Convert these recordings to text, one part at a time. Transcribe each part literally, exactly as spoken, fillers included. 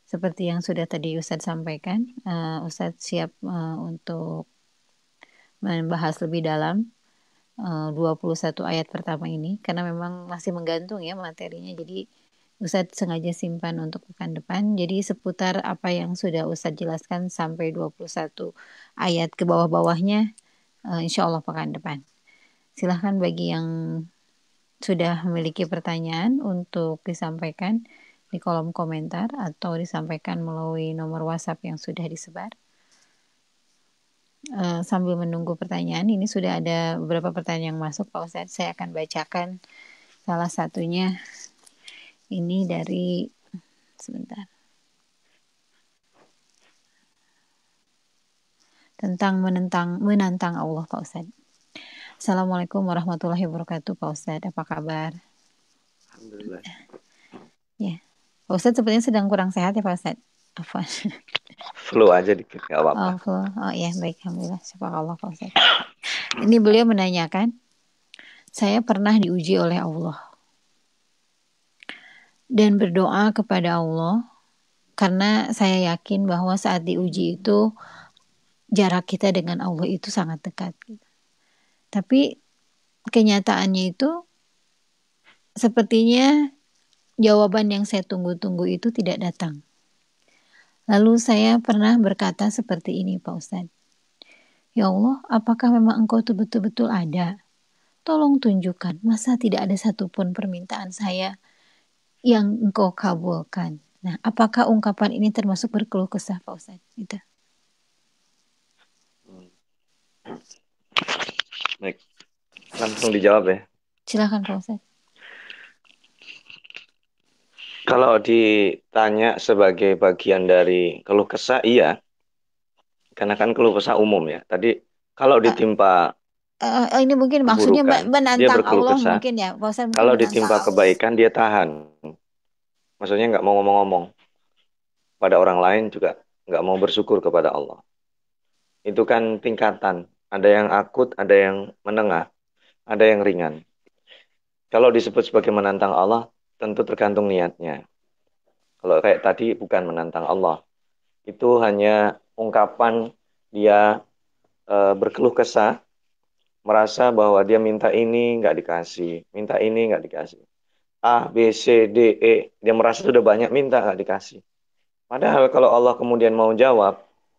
Seperti yang sudah tadi Ustadz sampaikan, uh, Ustadz siap uh, untuk membahas lebih dalam uh, dua puluh satu ayat pertama ini karena memang masih menggantung ya materinya. Jadi Ustadz sengaja simpan untuk pekan depan. Jadi seputar apa yang sudah Ustadz jelaskan sampai dua puluh satu ayat ke bawah-bawahnya, uh, insya Allah pekan depan. Silahkan bagi yang sudah memiliki pertanyaan untuk disampaikan di kolom komentar atau disampaikan melalui nomor WhatsApp yang sudah disebar. Uh, sambil menunggu pertanyaan, ini sudah ada beberapa pertanyaan yang masuk, Pak Ustadz. Saya akan bacakan salah satunya. Ini dari sebentar. Tentang menentang menantang Allah, Pak Ustadz. Assalamualaikum warahmatullahi wabarakatuh, Pak Ustadz. Apa kabar? Alhamdulillah. Ya, Pak Ustadz sepertinya sedang kurang sehat ya, Pak Ustadz. Apa? Flu aja dikit, nggak apa-apa. Oh, full. Oh ya, baik, alhamdulillah. Syukurullah, Pak Ustadz. Ini beliau menanyakan, saya pernah diuji oleh Allah dan berdoa kepada Allah karena saya yakin bahwa saat diuji itu jarak kita dengan Allah itu sangat dekat. Tapi kenyataannya itu sepertinya jawaban yang saya tunggu-tunggu itu tidak datang. Lalu saya pernah berkata seperti ini, Pak Ustadz. Ya Allah, apakah memang Engkau itu betul-betul ada? Tolong tunjukkan, masa tidak ada satupun permintaan saya yang Engkau kabulkan? Nah, apakah ungkapan ini termasuk berkeluh kesah, Pak Ustadz? Itu. Hmm. Baik, langsung dijawab ya. Silakan, Pak Ustadz. Kalau ditanya sebagai bagian dari keluh kesah, iya. Karena kan keluh kesah umum ya. Tadi kalau Uh, ditimpa uh, ini mungkin maksudnya keburukan, dia menantang berkeluh Allah kesah. mungkin ya, Pak Ustadz mungkin Kalau menantang ditimpa Allah. kebaikan, dia tahan. Maksudnya nggak mau ngomong-ngomong. Pada orang lain juga nggak mau bersyukur kepada Allah. Itu kan tingkatan. Ada yang akut, ada yang menengah, ada yang ringan. Kalau disebut sebagai menantang Allah, tentu tergantung niatnya. Kalau kayak tadi bukan menantang Allah. Itu hanya ungkapan dia e, berkeluh kesah, merasa bahwa dia minta ini nggak dikasih, minta ini nggak dikasih. A, B, C, D, E, dia merasa sudah banyak minta nggak dikasih. Padahal kalau Allah kemudian mau jawab,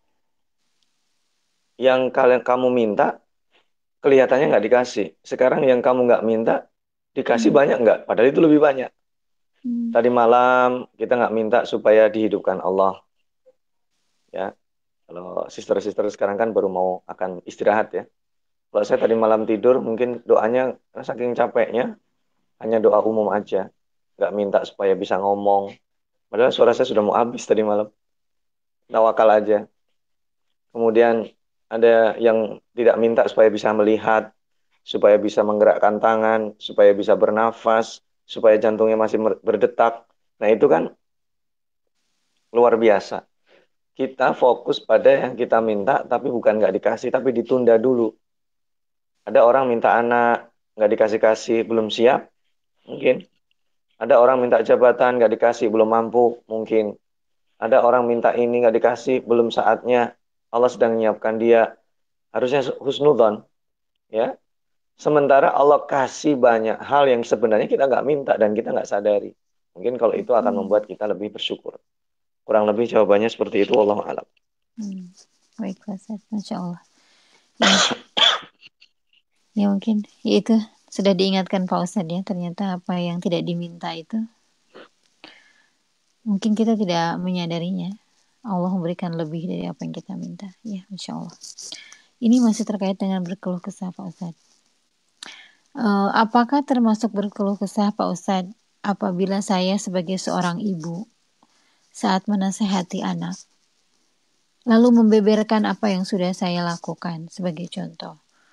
yang kalian kamu minta kelihatannya nggak dikasih. Sekarang yang kamu nggak minta dikasih Hmm. banyak nggak? Padahal itu lebih banyak. Hmm. Tadi malam kita nggak minta supaya dihidupkan Allah, ya. Kalau sister-sister sekarang kan baru mau akan istirahat ya. Kalau saya tadi malam tidur, mungkin doanya saking capeknya, hanya doa umum aja. Nggak minta supaya bisa ngomong. Padahal suara saya sudah mau habis tadi malam. Tawakal aja. Kemudian ada yang tidak minta supaya bisa melihat, supaya bisa menggerakkan tangan, supaya bisa bernafas, supaya jantungnya masih berdetak. Nah itu kan luar biasa. Kita fokus pada yang kita minta, tapi bukan nggak dikasih, tapi ditunda dulu. Ada orang minta anak, nggak dikasih-kasih, belum siap, mungkin. Ada orang minta jabatan, nggak dikasih, belum mampu, mungkin. Ada orang minta ini, nggak dikasih, belum saatnya. Allah sedang menyiapkan dia. Harusnya husnudzon, ya. Sementara Allah kasih banyak hal yang sebenarnya kita nggak minta dan kita nggak sadari. Mungkin kalau itu akan Hmm. membuat kita lebih bersyukur. Kurang lebih jawabannya seperti itu, wallahu a'lam. Hmm. Baik, Pak Ustadz. Masya Allah. Ya, ya mungkin ya itu sudah diingatkan Pak Ustadz ya. Ternyata apa yang tidak diminta itu mungkin kita tidak menyadarinya. Allah memberikan lebih dari apa yang kita minta. Ya, Masya Allah. Ini masih terkait dengan berkeluh kesah Pak Ustadz. Uh, apakah termasuk berkeluh kesah Pak Ustadz apabila saya sebagai seorang ibu saat menasehati anak lalu membeberkan apa yang sudah saya lakukan sebagai contoh.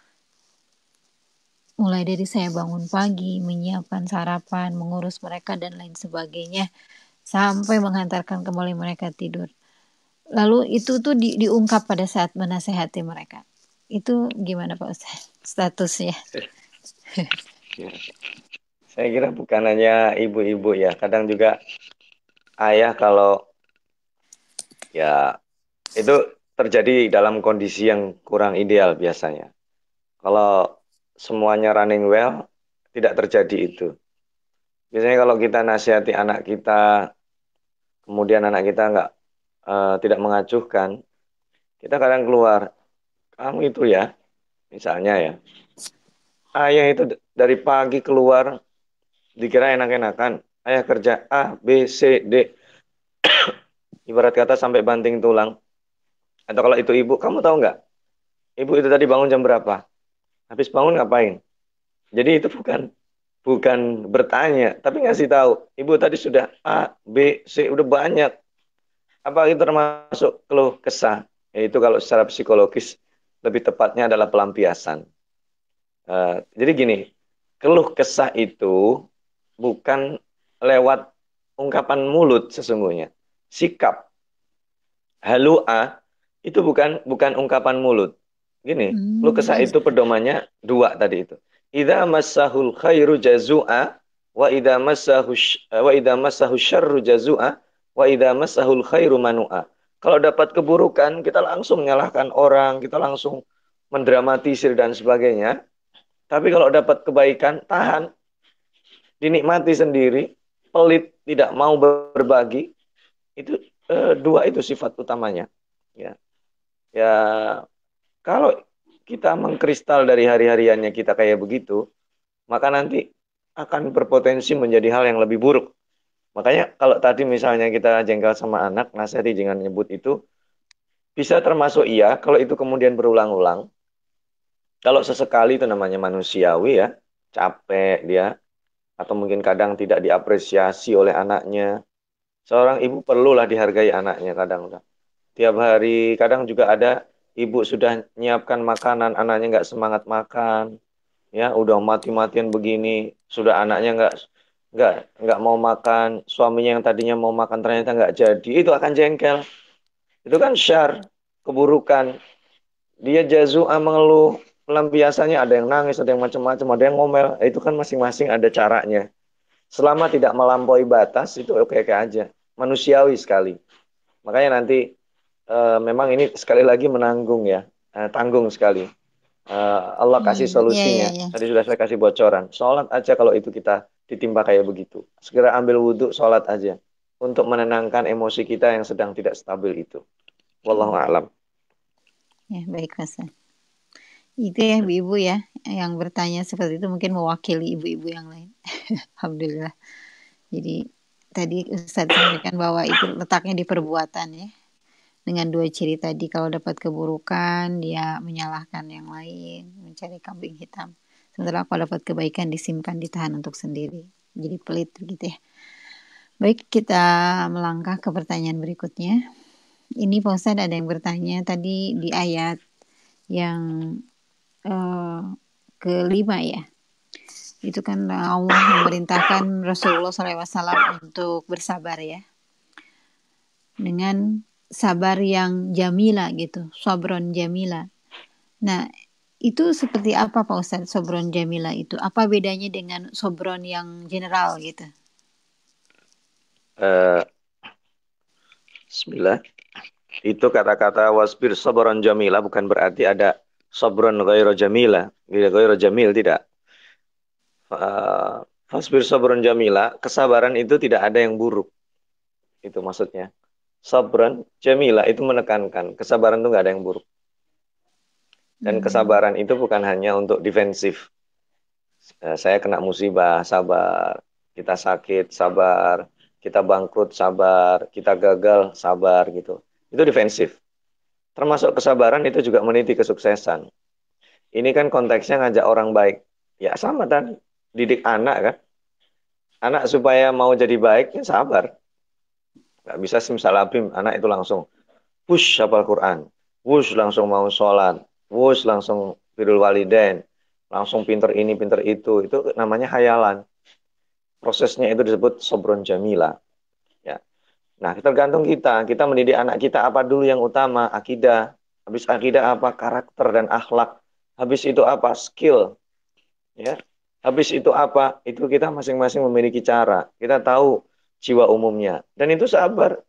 Mulai dari saya bangun pagi, menyiapkan sarapan, mengurus mereka dan lain sebagainya sampai menghantarkan kembali mereka tidur. Lalu itu tuh di, diungkap pada saat menasehati mereka. Itu gimana Pak Ustaz? Statusnya? Ya. Saya kira bukan hanya ibu-ibu ya, kadang juga ayah kalau Ya, itu terjadi dalam kondisi yang kurang ideal biasanya. Kalau semuanya running well, tidak terjadi itu. Biasanya kalau kita nasihati anak kita, kemudian anak kita nggak eh, tidak mengacuhkan, kita kadang keluar, kamu itu ya, misalnya ya, ayah itu d- dari pagi keluar, dikira enak-enakan, ayah kerja A, B, C, D, ibarat kata sampai banting tulang. Atau kalau itu ibu, kamu tahu nggak, ibu itu tadi bangun jam berapa? Habis bangun ngapain? Jadi itu bukan bukan bertanya, tapi ngasih tahu. Ibu tadi sudah A, B, C, udah banyak. Apa itu termasuk keluh kesah? Yaitu kalau secara psikologis lebih tepatnya adalah pelampiasan. Eh, jadi gini, keluh kesah itu bukan lewat ungkapan mulut sesungguhnya. Sikap, halua itu bukan bukan ungkapan mulut. Gini, keluh Hmm, kesah itu pedomannya dua tadi itu. Idza massahul khairu jazua wa idza massahu sy- wa idza massahu syarru jazua wa idza massahul khairu manua. Kalau dapat keburukan, kita langsung menyalahkan orang, kita langsung mendramatisir dan sebagainya. Tapi kalau dapat kebaikan, tahan, dinikmati sendiri, pelit, tidak mau berbagi, itu eh, dua itu sifat utamanya. Ya, ya kalau kita mengkristal dari hari-hariannya kita kayak begitu, maka nanti akan berpotensi menjadi hal yang lebih buruk. Makanya kalau tadi misalnya kita jengkel sama anak, nasihati jangan nyebut itu, bisa termasuk iya kalau itu kemudian berulang-ulang. Kalau sesekali itu namanya manusiawi ya, capek dia, atau mungkin kadang tidak diapresiasi oleh anaknya. Seorang ibu perlulah dihargai anaknya kadang. Tiap hari, kadang juga ada ibu sudah nyiapkan makanan, anaknya nggak semangat makan, ya udah mati-matian begini, sudah anaknya nggak nggak nggak mau makan, suaminya yang tadinya mau makan ternyata nggak jadi, itu akan jengkel. Itu kan syar, keburukan. Dia jazua mengeluh, pelampiasannya ada yang nangis, ada yang macam-macam, ada yang ngomel. Itu kan masing-masing ada caranya. Selama tidak melampaui batas, itu oke-oke aja. Manusiawi sekali. Makanya nanti eh, memang ini sekali lagi menanggung ya, eh, tanggung sekali. Eh, Allah kasih hmm, ya, ya, solusinya. ya. Tadi sudah saya kasih bocoran. Sholat aja kalau itu kita ditimpa kayak begitu. Segera ambil wudhu, sholat aja. Untuk menenangkan emosi kita yang sedang tidak stabil itu. Wallahu Hmm, a'lam. ya, baik, Mas. Itu ya ibu-ibu ya yang bertanya seperti itu mungkin mewakili ibu-ibu yang lain. Alhamdulillah. Jadi tadi Ustadz sampaikan bahwa itu letaknya di perbuatan ya. Dengan dua ciri tadi kalau dapat keburukan dia menyalahkan yang lain, mencari kambing hitam. Sementara kalau dapat kebaikan disimpan ditahan untuk sendiri. Jadi pelit begitu ya. Baik, kita melangkah ke pertanyaan berikutnya. Ini Pak Ustadz ada yang bertanya tadi di ayat yang eh, kelima ya. Itu kan Allah memerintahkan Rasulullah shallallahu alaihi wasallam untuk bersabar ya. Dengan sabar yang jamila gitu. Sabron jamila. Nah, itu seperti apa Pak Ustadz Sobron Jamila itu? Apa bedanya dengan Sobron yang general gitu? Eh, Bismillah. Itu kata-kata wasbir sabran jamila bukan berarti ada sabran ghairu jamila. Ghairu jamil tidak. Eh, Fasbir sabran jamila, kesabaran itu tidak ada yang buruk. Itu maksudnya. Sabran jamila itu menekankan, kesabaran itu nggak ada yang buruk. Dan Hmm, kesabaran itu bukan hanya untuk defensif. Eh, saya kena musibah, sabar. Kita sakit, sabar. Kita bangkrut, sabar. Kita gagal, sabar gitu. Itu defensif. Termasuk kesabaran itu juga meniti kesuksesan. Ini kan konteksnya ngajak orang baik. Ya sama tadi. Didik anak kan. Anak supaya mau jadi baik, ya sabar. Nggak bisa simsalabim. Anak itu langsung push hafal Quran. Wush langsung mau sholat. Wush langsung birrul walidain. Langsung pinter ini, pinter itu. Itu namanya hayalan. Prosesnya itu disebut sobron jamila. Ya. Nah, tergantung kita. Kita mendidik anak kita apa dulu yang utama? Akidah. Habis akidah apa? Karakter dan akhlak. Habis itu apa? Skill. Ya. Habis itu apa? Itu kita masing-masing memiliki cara. Kita tahu jiwa umumnya. Dan itu sabar.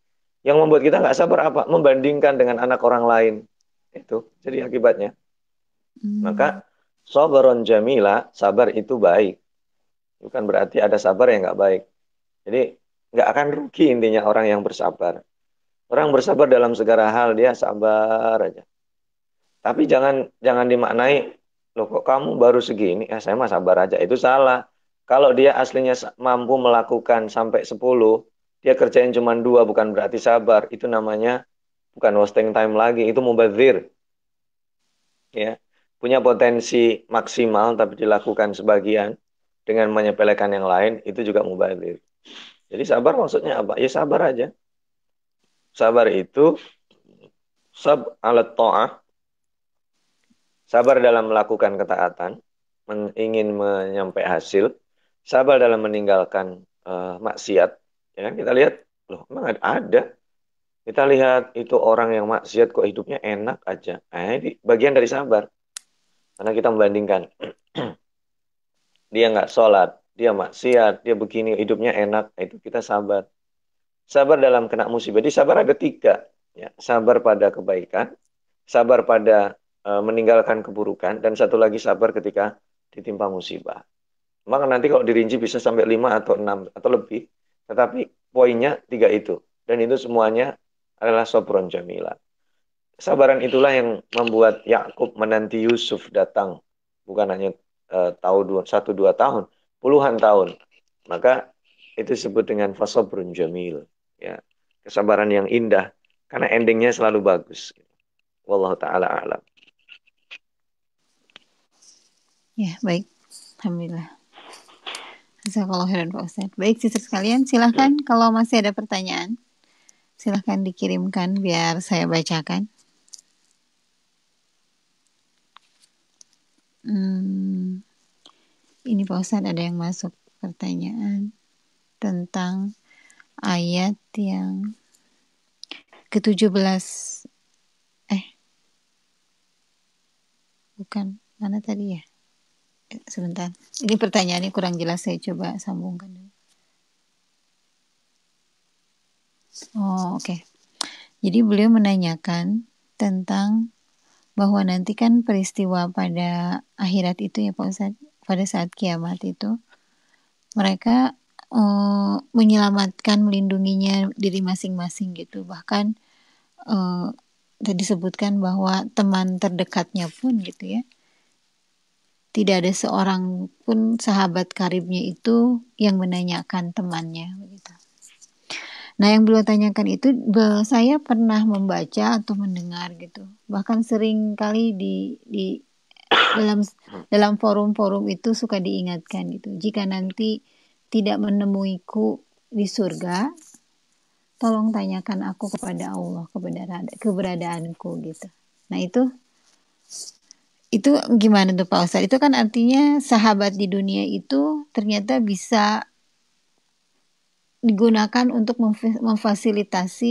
Yang membuat kita nggak sabar apa? Membandingkan dengan anak orang lain. Itu jadi akibatnya. Hmm. Maka sabaron jamila, sabar itu baik. Bukan berarti ada sabar yang nggak baik. Jadi nggak akan rugi intinya orang yang bersabar. Orang bersabar dalam segala hal dia sabar aja. Tapi jangan jangan dimaknai, loh kok kamu baru segini, ya saya mah sabar aja. Itu salah. Kalau dia aslinya sa- mampu melakukan sampai sepuluh, dia kerjain cuma dua bukan berarti sabar. Itu namanya bukan wasting time lagi, itu mubazir. Ya. Punya potensi maksimal tapi dilakukan sebagian dengan menyepelekan yang lain, itu juga mubazir. Jadi sabar maksudnya apa? Ya sabar aja. Sabar itu sab alat ta'ah, sabar dalam melakukan ketaatan, men- ingin menyampai hasil, sabar dalam meninggalkan eh, maksiat. Ya kan kita lihat, loh, emang ada, ada. Kita lihat itu orang yang maksiat kok hidupnya enak aja. Nah, ini bagian dari sabar. Karena kita membandingkan, dia nggak sholat, dia maksiat, dia begini, hidupnya enak. Nah, itu kita sabar. Sabar dalam kena musibah. Jadi sabar ada tiga. Ya, sabar pada kebaikan, sabar pada eh, meninggalkan keburukan, dan satu lagi sabar ketika ditimpa musibah. Maka nanti kalau dirinci bisa sampai lima atau enam atau lebih. Tetapi poinnya tiga itu. Dan itu semuanya adalah sobron jamila. Kesabaran itulah yang membuat Yakub menanti Yusuf datang. Bukan hanya eh, tahun dua, satu dua tahun, puluhan tahun. Maka itu disebut dengan fasobrun jamil. Ya, kesabaran yang indah. Karena endingnya selalu bagus. Wallahu ta'ala a'lam. Ya, baik. Alhamdulillah. Jazakallah khairan Pak Ustadz. Baik, sister sekalian, silahkan kalau masih ada pertanyaan, silahkan dikirimkan biar saya bacakan. Hmm, ini Pak Ustadz ada yang masuk pertanyaan tentang ayat yang ke-tujuh belas. Eh, bukan. Mana tadi ya? Eh, sebentar. Ini pertanyaannya kurang jelas, saya coba sambungkan dulu. Oh, oke. Okay. Jadi beliau menanyakan tentang bahwa nanti kan peristiwa pada akhirat itu ya Pak Ustadz, pada saat kiamat itu mereka uh, menyelamatkan, melindunginya diri masing-masing gitu. Bahkan uh, tadi disebutkan bahwa teman terdekatnya pun gitu ya, tidak ada seorang pun sahabat karibnya itu yang menanyakan temannya begitu. Nah, yang beliau tanyakan itu saya pernah membaca atau mendengar gitu. Bahkan sering kali di di dalam dalam forum-forum itu suka diingatkan gitu. Jika nanti tidak menemuiku di surga, tolong tanyakan aku kepada Allah, kepada keberadaanku gitu. Nah, itu itu gimana tuh Pak Ustadz? Itu kan artinya sahabat di dunia itu ternyata bisa digunakan untuk memfasilitasi,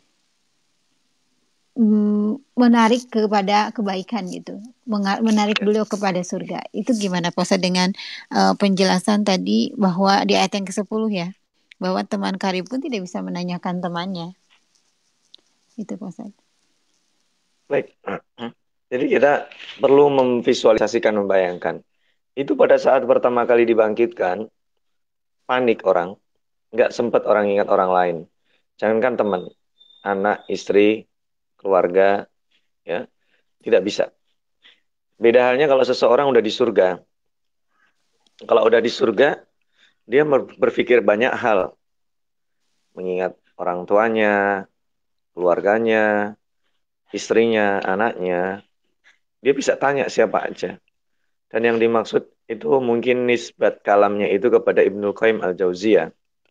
menarik kepada kebaikan gitu, menarik beliau kepada surga. Itu gimana Pak Ustadz dengan uh, penjelasan tadi bahwa di ayat yang kesepuluh ya, bahwa teman karib pun tidak bisa menanyakan temannya. Itu Pak Ustadz. Baik. Jadi kita perlu memvisualisasikan, membayangkan. Itu pada saat pertama kali dibangkitkan, panik orang. Nggak sempat orang ingat orang lain. Jangankan teman, anak, istri, keluarga, ya tidak bisa. Beda halnya kalau seseorang udah di surga. Kalau udah di surga, dia berpikir banyak hal. Mengingat orang tuanya, keluarganya, istrinya, anaknya. Dia bisa tanya siapa aja. Dan yang dimaksud itu mungkin nisbat kalamnya itu kepada Ibnu Qayyim Al-Jauziyah.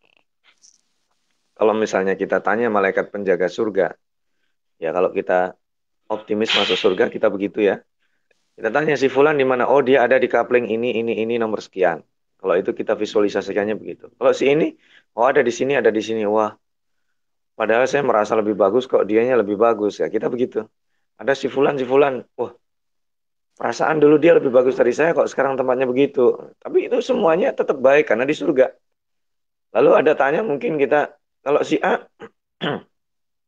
Kalau misalnya kita tanya malaikat penjaga surga, ya kalau kita optimis masuk surga, kita begitu ya. Kita tanya si Fulan di mana? Oh, dia ada di kapling ini, ini, ini nomor sekian. Kalau itu kita visualisasikannya begitu. Kalau si ini, oh ada di sini, ada di sini. Wah, padahal saya merasa lebih bagus kok dianya lebih bagus ya. Kita begitu. Ada si Fulan, si Fulan. Wah, perasaan dulu dia lebih bagus dari saya kok sekarang tempatnya begitu. Tapi itu semuanya tetap baik karena di surga. Lalu ada tanya mungkin kita, kalau si A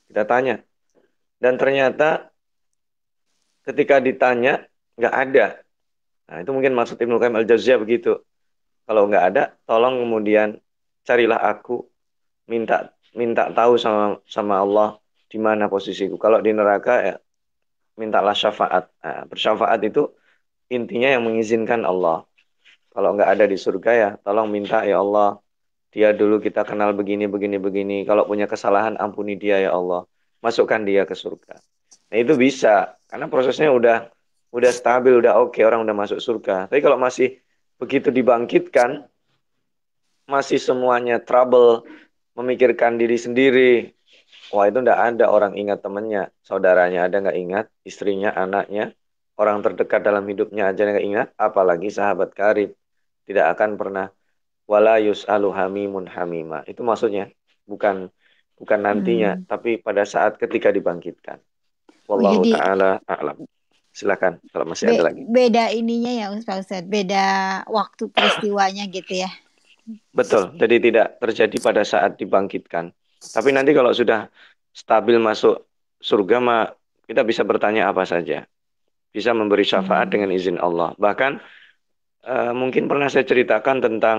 Kita tanya. Dan ternyata ketika ditanya, nggak ada. Nah, itu mungkin maksud Ibnu Qayyim al-Jauziyah begitu. Kalau nggak ada, tolong kemudian carilah aku, minta minta tahu sama sama Allah di mana posisiku. Kalau di neraka ya mintalah syafaat. Nah, bersyafaat itu intinya yang mengizinkan Allah. Kalau nggak ada di surga ya, tolong minta ya Allah. Dia dulu kita kenal begini, begini, begini. Kalau punya kesalahan, ampuni dia ya Allah. Masukkan dia ke surga. Nah itu bisa, karena prosesnya udah udah stabil, udah oke, orang udah masuk surga. Tapi kalau masih begitu dibangkitkan, masih semuanya trouble, memikirkan diri sendiri. Wah itu ndak ada orang ingat temannya, saudaranya ada nggak ingat, istrinya, anaknya, orang terdekat dalam hidupnya aja nggak ingat, apalagi sahabat karib. Tidak akan pernah wala yus'alu hamimun hamima. Itu maksudnya bukan bukan nantinya, Hmm. tapi pada saat ketika dibangkitkan. Oh, Wallahu jadi taala a'lam. Silakan kalau masih ada be- lagi. beda ininya ya Pak Ustadz, beda waktu peristiwanya gitu ya. Betul, jadi tidak terjadi pada saat dibangkitkan. Tapi nanti kalau sudah stabil masuk surga mah kita bisa bertanya apa saja. Bisa memberi syafaat Hmm. dengan izin Allah. Bahkan eh, mungkin pernah saya ceritakan tentang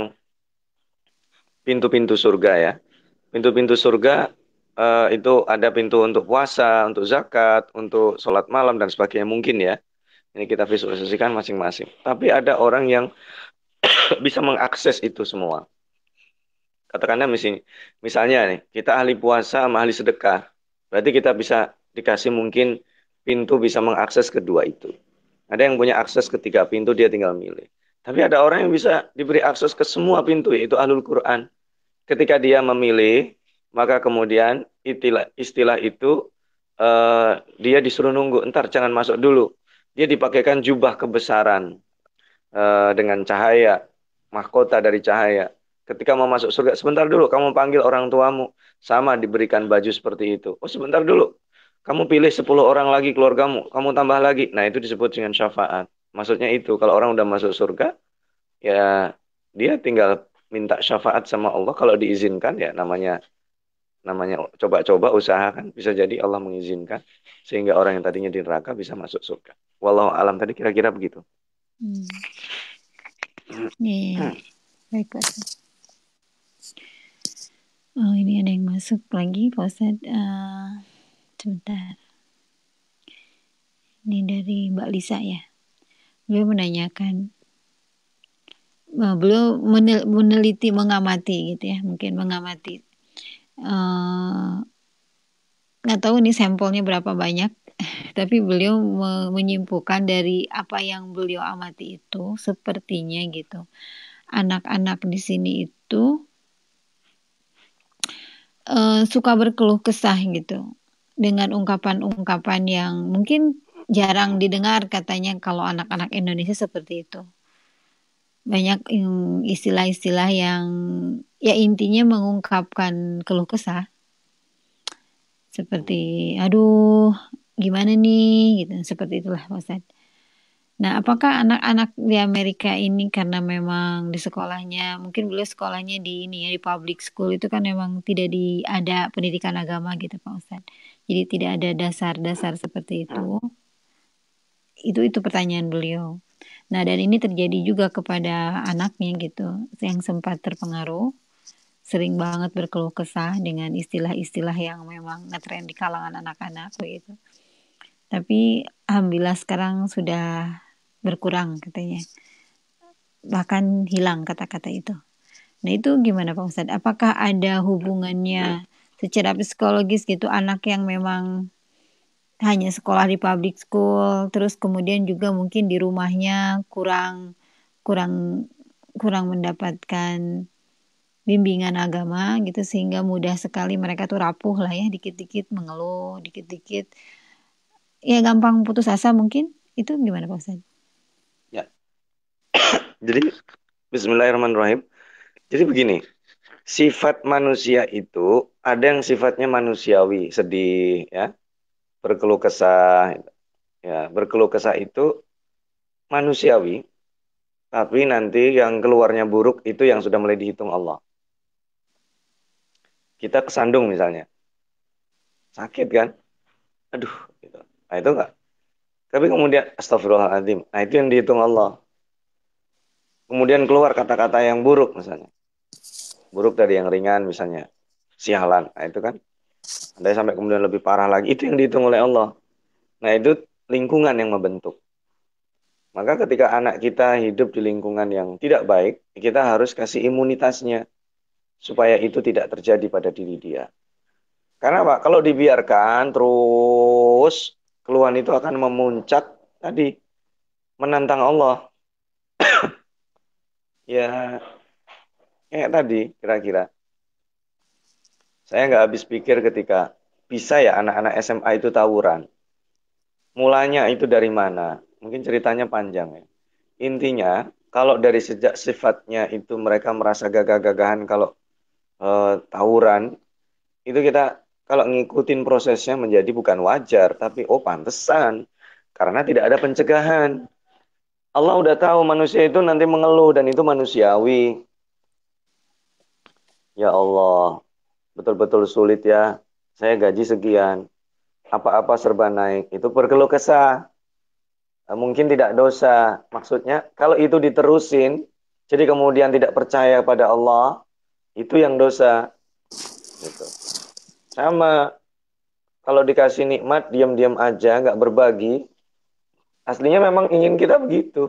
pintu-pintu surga ya. Pintu-pintu surga eh, itu ada pintu untuk puasa, untuk zakat, untuk sholat malam dan sebagainya mungkin ya. Ini kita visualisasikan masing-masing. Tapi ada orang yang bisa mengakses itu semua. Katakanlah misalnya, misalnya nih, kita ahli puasa sama ahli sedekah. Berarti kita bisa dikasih mungkin pintu bisa mengakses kedua itu. Ada yang punya akses ketiga pintu, dia tinggal milih. Tapi ada orang yang bisa diberi akses ke semua pintu, yaitu ahlul Quran. Ketika dia memilih, maka kemudian istilah, istilah itu eh, dia disuruh nunggu. Entar jangan masuk dulu. Dia dipakaikan jubah kebesaran eh, dengan cahaya, mahkota dari cahaya. Ketika mau masuk surga, sebentar dulu, kamu panggil orang tuamu. Sama diberikan baju seperti itu. Oh, sebentar dulu. Kamu pilih sepuluh orang lagi keluargamu, kamu tambah lagi. Nah, itu disebut dengan syafaat. Maksudnya itu, kalau orang udah masuk surga, ya dia tinggal minta syafaat sama Allah. Kalau diizinkan, ya namanya namanya coba-coba usahakan. Bisa jadi Allah mengizinkan. Sehingga orang yang tadinya di neraka bisa masuk surga. Wallahu alam tadi kira-kira begitu. Hmm. Nih, baik Pak Ustadz. Oh, ini ada yang masuk lagi Pak Ustadz. Eh, sebentar. Ini dari Mbak Lisa ya. Beliau menanyakan, eh, beliau menel- meneliti, mengamati gitu ya, mungkin mengamati. Eh, nggak tahu nih sampelnya berapa banyak, tapi beliau me- menyimpulkan dari apa yang beliau amati itu, sepertinya gitu. Anak-anak di sini itu eh, suka berkeluh kesah gitu dengan ungkapan-ungkapan yang mungkin jarang didengar katanya kalau anak-anak Indonesia seperti itu. Banyak mm, istilah-istilah yang ya intinya mengungkapkan keluh kesah seperti aduh gimana nih gitu seperti itulah Pak Ustadz. Nah, apakah anak-anak di Amerika ini karena memang di sekolahnya, mungkin beliau sekolahnya di ini ya di public school itu kan memang tidak di ada pendidikan agama gitu Pak Ustadz. Jadi tidak ada dasar-dasar seperti itu. Itu itu pertanyaan beliau. Nah, dan ini terjadi juga kepada anaknya gitu yang sempat terpengaruh, sering banget berkeluh kesah dengan istilah-istilah yang memang ngetren di kalangan anak-anak begitu. Tapi alhamdulillah sekarang sudah berkurang katanya. Bahkan hilang kata-kata itu. Nah itu gimana Pak Ustadz? Apakah ada hubungannya secara psikologis gitu anak yang memang hanya sekolah di public school, terus kemudian juga mungkin di rumahnya kurang kurang kurang mendapatkan bimbingan agama gitu sehingga mudah sekali mereka tuh rapuh lah ya, dikit-dikit mengeluh, dikit-dikit ya gampang putus asa mungkin. Itu gimana Pak Ustadz? Ya, jadi Bismillahirrahmanirrahim. Jadi begini, sifat manusia itu ada yang sifatnya manusiawi, sedih, ya, berkeluh kesah, ya, berkeluh kesah itu manusiawi, tapi nanti yang keluarnya buruk itu yang sudah mulai dihitung Allah. Kita kesandung misalnya, sakit kan, aduh gitu. Nah itu enggak. Tapi kemudian astagfirullahaladzim, nah itu yang dihitung Allah. Kemudian keluar kata-kata yang buruk misalnya, buruk dari yang ringan misalnya, sialan, nah itu kan, ada yang sampai kemudian lebih parah lagi, itu yang dihitung oleh Allah. Nah itu lingkungan yang membentuk. Maka ketika anak kita hidup di lingkungan yang tidak baik, kita harus kasih imunitasnya supaya itu tidak terjadi pada diri dia. Karena Pak, kalau dibiarkan terus keluhan itu akan memuncak tadi menantang Allah. Ya kayak tadi kira-kira. Saya nggak habis pikir ketika bisa ya anak-anak S M A itu tawuran. Mulanya itu dari mana? Mungkin ceritanya panjang ya. Intinya kalau dari sejak sifatnya itu mereka merasa gagah-gagahan kalau eh, tawuran, itu kita kalau ngikutin prosesnya menjadi bukan wajar, tapi oh pantesan. Karena tidak ada pencegahan. Allah udah tahu manusia itu nanti mengeluh dan itu manusiawi. Ya Allah, betul-betul sulit ya. Saya gaji sekian, apa-apa serba naik. Itu berkeluh kesah. Eh, Mungkin tidak dosa. Maksudnya kalau itu diterusin, jadi kemudian tidak percaya pada Allah, itu yang dosa. Gitu. Sama kalau dikasih nikmat, diam-diam aja, nggak berbagi. Aslinya memang ingin kita begitu.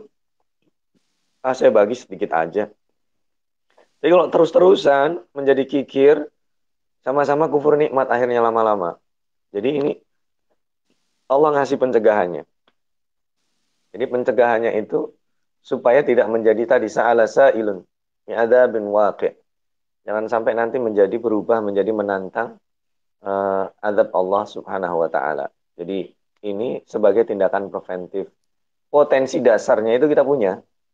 Ah, saya bagi sedikit aja. Jadi kalau terus-terusan menjadi kikir, sama-sama kufur nikmat akhirnya lama-lama. Jadi ini Allah ngasih pencegahannya. Jadi pencegahannya itu supaya tidak menjadi tadi sa'ala sa'ilun bin waqi'. Jangan sampai nanti menjadi berubah menjadi menantang uh, azab Allah Subhanahu wa taala. Jadi ini sebagai tindakan preventif. Potensi dasarnya itu kita punya.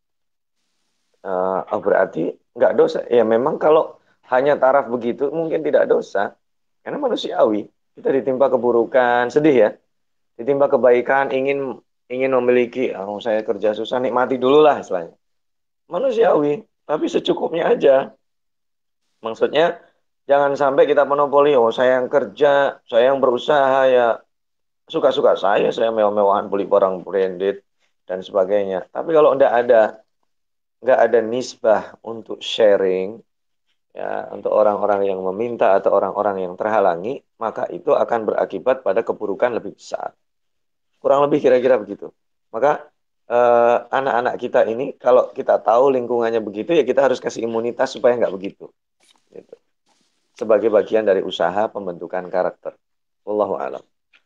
Uh, oh berarti nggak dosa. Ya memang kalau hanya taraf begitu mungkin tidak dosa. Karena manusiawi. Kita ditimpa keburukan, sedih ya. Ditimpa kebaikan, ingin ingin memiliki, oh, saya kerja susah, nikmati dulu lah istilahnya. Manusiawi, tapi secukupnya aja. Maksudnya, jangan sampai kita monopoli, oh saya yang kerja, saya yang berusaha, ya suka-suka saya, saya mewah-mewahan beli barang branded, dan sebagainya. Tapi kalau nggak ada, nggak ada nisbah untuk sharing, ya untuk orang-orang yang meminta atau orang-orang yang terhalangi, maka itu akan berakibat pada keburukan lebih besar. Kurang lebih kira-kira begitu. Maka eh, anak-anak kita ini kalau kita tahu lingkungannya begitu ya kita harus kasih imunitas supaya nggak begitu. Gitu. Sebagai bagian dari usaha pembentukan karakter. Wallahu a'lam.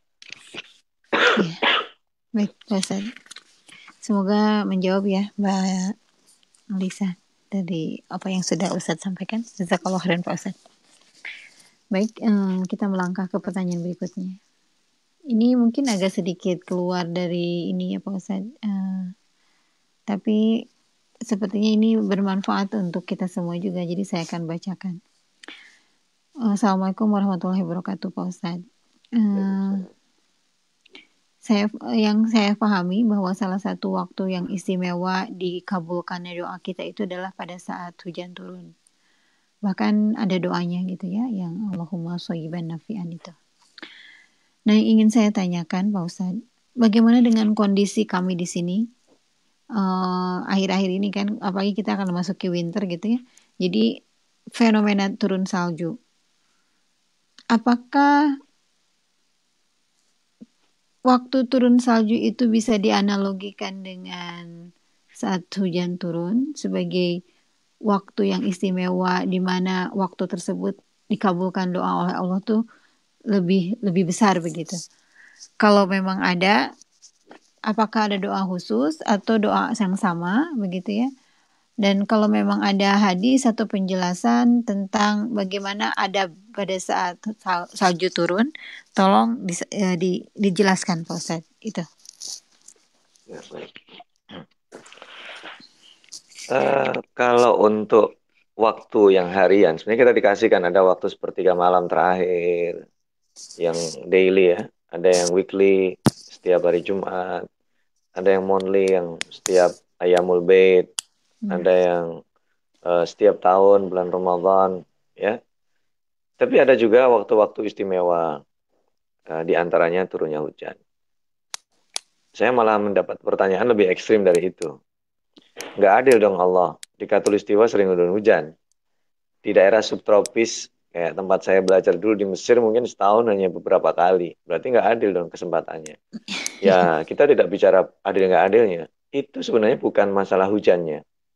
Ya, baik Pak Ustadz. Semoga menjawab ya Mbak Lisa dari apa yang sudah Ustadz sampaikan. Jazakallah khairan Pak Ustadz. Baik, um, kita melangkah ke pertanyaan berikutnya. Ini mungkin agak sedikit keluar dari ini ya Pak Ustadz. Uh, tapi sepertinya ini bermanfaat untuk kita semua juga. Jadi saya akan bacakan. Assalamualaikum warahmatullahi wabarakatuh Pak Ustadz. Uh, saya yang saya pahami bahwa salah satu waktu yang istimewa dikabulkannya doa kita itu adalah pada saat hujan turun. Bahkan ada doanya gitu ya, yang Allahumma shayyiban nafi'an itu. Nah, yang ingin saya tanyakan Pak Ustadz, bagaimana dengan kondisi kami di sini? Uh, akhir-akhir ini kan, apalagi kita akan memasuki winter gitu ya. Jadi fenomena turun salju. Apakah waktu turun salju itu bisa dianalogikan dengan saat hujan turun sebagai waktu yang istimewa di mana waktu tersebut dikabulkan doa oleh Allah tuh lebih lebih besar begitu. Kalau memang ada, apakah ada doa khusus atau doa yang sama begitu ya? Dan kalau memang ada hadis atau penjelasan tentang bagaimana ada pada saat sal- salju turun, tolong di, eh, di, dijelaskan Pak Ustadz. Itu. Ya, baik. Uh, kalau untuk waktu yang harian, sebenarnya kita dikasihkan ada waktu sepertiga malam terakhir, yang daily ya, ada yang weekly setiap hari Jumat, ada yang monthly yang setiap Ayamul Bait, Hmm. ada yang uh, setiap tahun bulan Ramadan, ya. Tapi ada juga waktu-waktu istimewa. uh, di antaranya turunnya hujan. Saya malah mendapat pertanyaan lebih ekstrim dari itu. Nggak adil dong Allah. Di Khatulistiwa sering turun hujan. Di daerah subtropis, kayak tempat saya belajar dulu di Mesir, mungkin setahun hanya beberapa kali. Berarti nggak adil dong kesempatannya. Ya, kita tidak bicara adil nggak adilnya. Itu sebenarnya bukan masalah hujannya.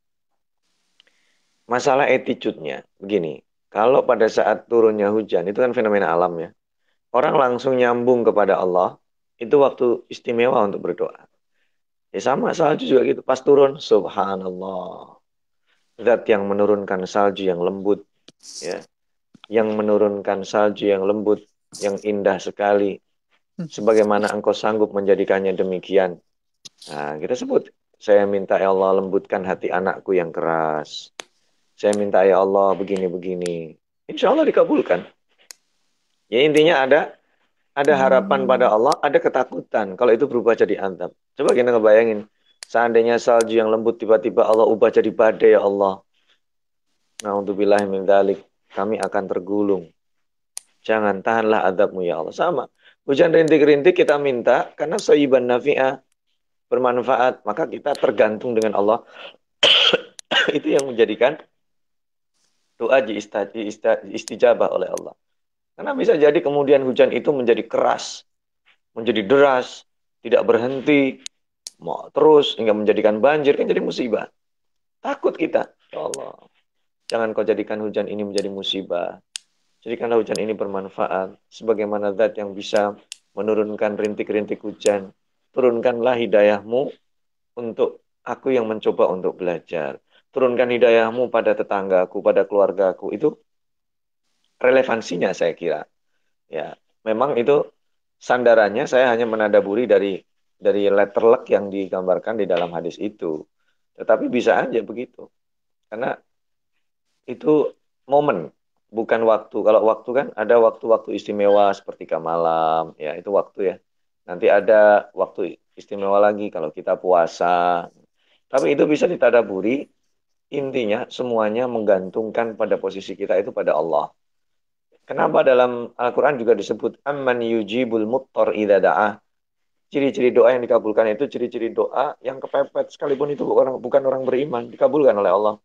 Masalah attitude-nya. Begini, kalau pada saat turunnya hujan, itu kan fenomena alam ya. Orang langsung nyambung kepada Allah, itu waktu istimewa untuk berdoa. Ya sama, salju juga gitu. Pas turun, subhanallah. Zat yang menurunkan salju yang lembut, ya. Yang menurunkan salju yang lembut, yang indah sekali. Sebagaimana engkau sanggup menjadikannya demikian. Nah, kita sebut, saya minta ya Allah lembutkan hati anakku yang keras. Saya minta ya Allah begini-begini. Insya Allah dikabulkan. Ya intinya ada ada harapan pada Hmm. Allah, ada ketakutan. Kalau itu berubah jadi azab. Coba kita ngebayangin. Seandainya salju yang lembut tiba-tiba Allah ubah jadi badai ya Allah. Na'udzubillah min dzalik. Kami akan tergulung. Jangan tahanlah azabmu ya Allah. Sama. Hujan rintik-rintik kita minta karena soiban nafi'ah bermanfaat. Maka kita tergantung dengan Allah. Itu yang menjadikan doa istijabah oleh Allah. Karena bisa jadi kemudian hujan itu menjadi keras, menjadi deras, tidak berhenti, mau terus hingga menjadikan banjir, kan jadi musibah. Takut kita, ya Allah. Jangan kau jadikan hujan ini menjadi musibah. Jadikanlah hujan ini bermanfaat. Sebagaimana zat yang bisa menurunkan rintik-rintik hujan. Turunkanlah hidayahmu untuk aku yang mencoba untuk belajar. Turunkan hidayahmu pada tetanggaku, pada keluargaku. Itu relevansinya saya kira. Ya, memang itu sandarannya saya hanya menadaburi dari dari letterlek yang digambarkan di dalam hadis itu. Tetapi bisa aja begitu. Karena itu momen, bukan waktu. Kalau waktu kan ada waktu-waktu istimewa seperti malam, ya itu waktu ya. Nanti ada waktu istimewa lagi kalau kita puasa. Tapi itu bisa ditadaburi, intinya semuanya menggantungkan pada posisi kita itu pada Allah. Kenapa dalam Al-Quran juga disebut amman yujibul muttar idza da'ah. Ciri-ciri doa yang dikabulkan itu ciri-ciri doa yang kepepet sekalipun itu bukan bukan orang beriman dikabulkan oleh Allah.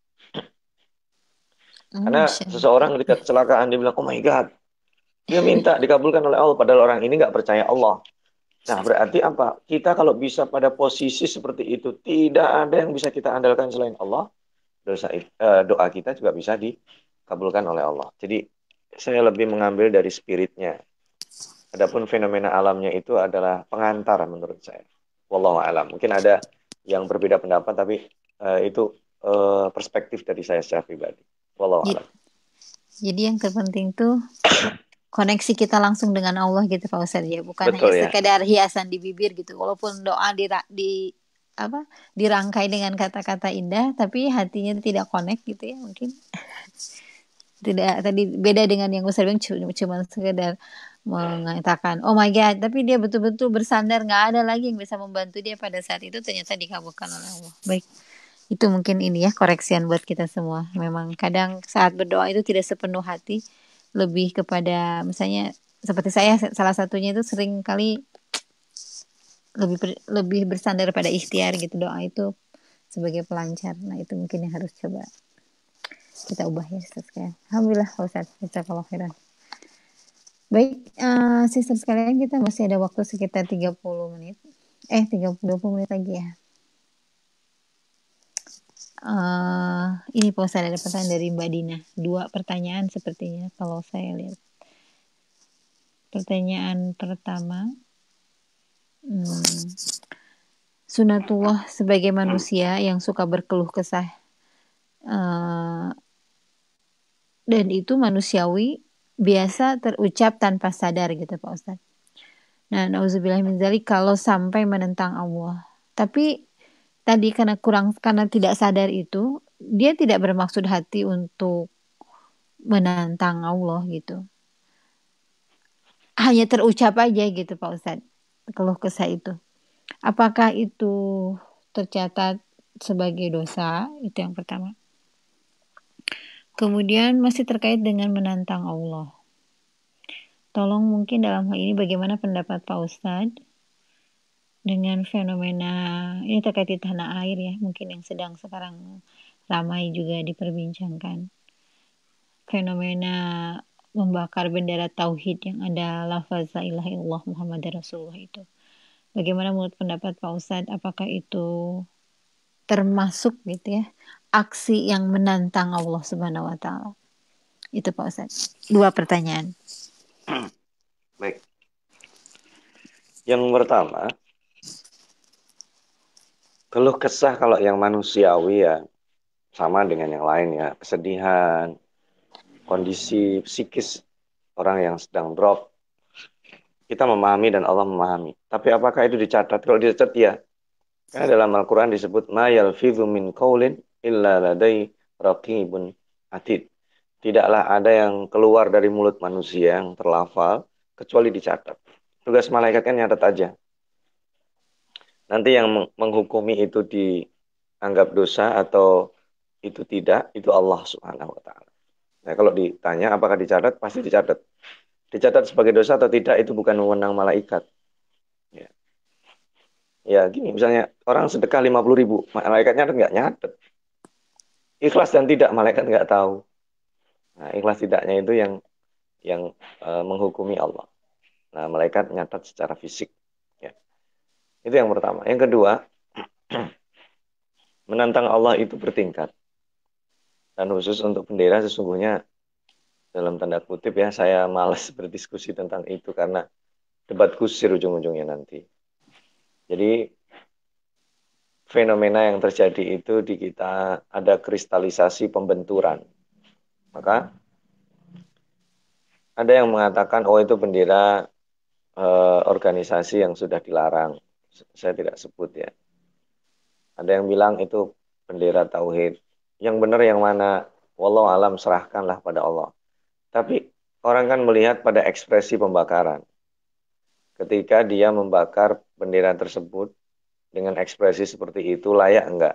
Oh, Karena Masya seseorang Allah. ketika kecelakaan dia bilang, "Oh my God." Dia minta dikabulkan oleh Allah padahal orang ini nggak percaya Allah. Nah, berarti apa? Kita kalau bisa pada posisi seperti itu, tidak ada yang bisa kita andalkan selain Allah. Dosa eh, doa kita juga bisa dikabulkan oleh Allah. Jadi saya lebih mengambil dari spiritnya. Adapun fenomena alamnya itu adalah pengantar menurut saya. Wallahu a'lam. Mungkin ada yang berbeda pendapat tapi eh, itu eh, perspektif dari saya secara pribadi. Wallahu Jadi, a'lam. jadi yang terpenting tuh koneksi kita langsung dengan Allah gitu Pak Ustadz ya, bukan hanya Betul ya. sekedar hiasan di bibir gitu. Walaupun doa di di apa dirangkai dengan kata-kata indah, tapi hatinya tidak connect gitu ya mungkin. Tidak tadi beda dengan yang Ustadz bilang cuma, cuma sekedar mengatakan oh my God, tapi dia betul-betul bersandar, nggak ada lagi yang bisa membantu dia pada saat itu, ternyata dikabulkan oleh Allah. Baik, itu mungkin ini ya koreksian buat kita semua. Memang kadang saat berdoa itu tidak sepenuh hati, lebih kepada misalnya seperti saya salah satunya itu sering kali lebih ber- lebih bersandar pada ikhtiar gitu, doa itu sebagai pelancar. Nah itu mungkin yang harus coba kita ubah ya Ustaz sekalian. Alhamdulillah Ustaz, jazakallahu khairan. Baik, uh, sister sekalian, kita masih ada waktu sekitar tiga puluh menit. Eh, tiga puluh, dua puluh menit lagi ya. Uh, ini Pak Ustaz, ada pertanyaan dari Mbak Dina. Dua pertanyaan sepertinya kalau saya lihat. Pertanyaan pertama, hmm, sunatullah sebagai manusia yang suka berkeluh kesah, uh, dan itu manusiawi, biasa terucap tanpa sadar gitu Pak Ustaz. Nah, nauzubillah min dzalik, kalau sampai menentang Allah. Tapi tadi karena kurang, karena tidak sadar itu, dia tidak bermaksud hati untuk menantang Allah gitu. Hanya terucap aja gitu Pak Ustadz, keluh kesah itu. Apakah itu tercatat sebagai dosa? Itu yang pertama. Kemudian masih terkait dengan menantang Allah. tolong mungkin dalam hal ini bagaimana pendapat Pak Ustadz dengan fenomena ini terkait di tanah air ya, mungkin yang sedang sekarang ramai juga diperbincangkan. Fenomena membakar bendera tauhid yang ada lafaz la ilaha illallah Muhammad Rasulullah itu. Bagaimana menurut pendapat Pak Ustadz, apakah itu termasuk gitu ya aksi yang menantang Allah Subhanahu wa taala? Itu Pak Ustadz. Dua pertanyaan. Baik. Yang pertama, keluh kesah kalau yang manusiawi ya sama dengan yang lain ya, kesedihan, kondisi psikis orang yang sedang drop. Kita memahami dan Allah memahami. Tapi apakah itu dicatat? Kalau dicatat ya. Karena dalam Al-Quran disebut ma yalfidhu min qaulin illa ladai raqibun atid. Tidaklah ada yang keluar dari mulut manusia yang terlafal kecuali dicatat. Tugas malaikat kan nyatat aja. Nanti yang menghukumi itu dianggap dosa atau itu tidak, itu Allah Subhanahu wa taala. Nah, kalau ditanya apakah dicatat, pasti dicatat. Dicatat sebagai dosa atau tidak itu bukan wewenang malaikat. Ya. Ya gini, misalnya orang sedekah lima puluh ribu, malaikatnya nggak nyatet. Ikhlas dan tidak, malaikat nggak tahu. Nah, ikhlas tidaknya itu yang yang uh, menghukumi Allah. Nah, malaikat nyatat secara fisik. Ya. Itu yang pertama. Yang kedua, menantang Allah itu bertingkat. Dan khusus untuk bendera sesungguhnya dalam tanda kutip ya, saya malas berdiskusi tentang itu karena debat kusir ujung-ujungnya nanti. Jadi fenomena yang terjadi itu di kita ada kristalisasi pembenturan. Maka ada yang mengatakan oh itu bendera eh, organisasi yang sudah dilarang. Saya tidak sebut ya. Ada yang bilang itu bendera tauhid. Yang benar yang mana? Wallahu alam, serahkanlah pada Allah. Tapi orang kan melihat pada ekspresi pembakaran. Ketika dia membakar bendera tersebut dengan ekspresi seperti itu layak enggak?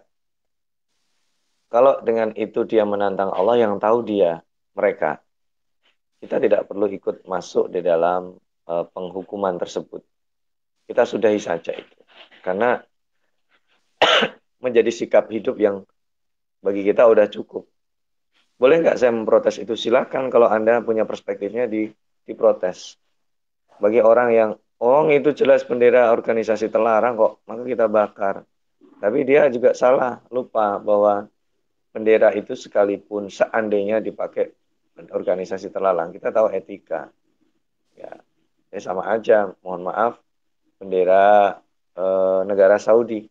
Kalau dengan itu dia menantang Allah, yang tahu dia, mereka. Kita tidak perlu ikut masuk di dalam uh, penghukuman tersebut. Kita sudahi saja itu. Karena menjadi sikap hidup yang bagi kita udah cukup. Boleh nggak saya memprotes itu? Silakan kalau Anda punya perspektifnya di diprotes. Bagi orang yang, oh itu jelas bendera organisasi terlarang kok, maka kita bakar. Tapi dia juga salah, lupa bahwa bendera itu sekalipun seandainya dipakai organisasi terlarang, kita tahu etika. Ya, ya sama aja, mohon maaf, bendera eh, negara Saudi.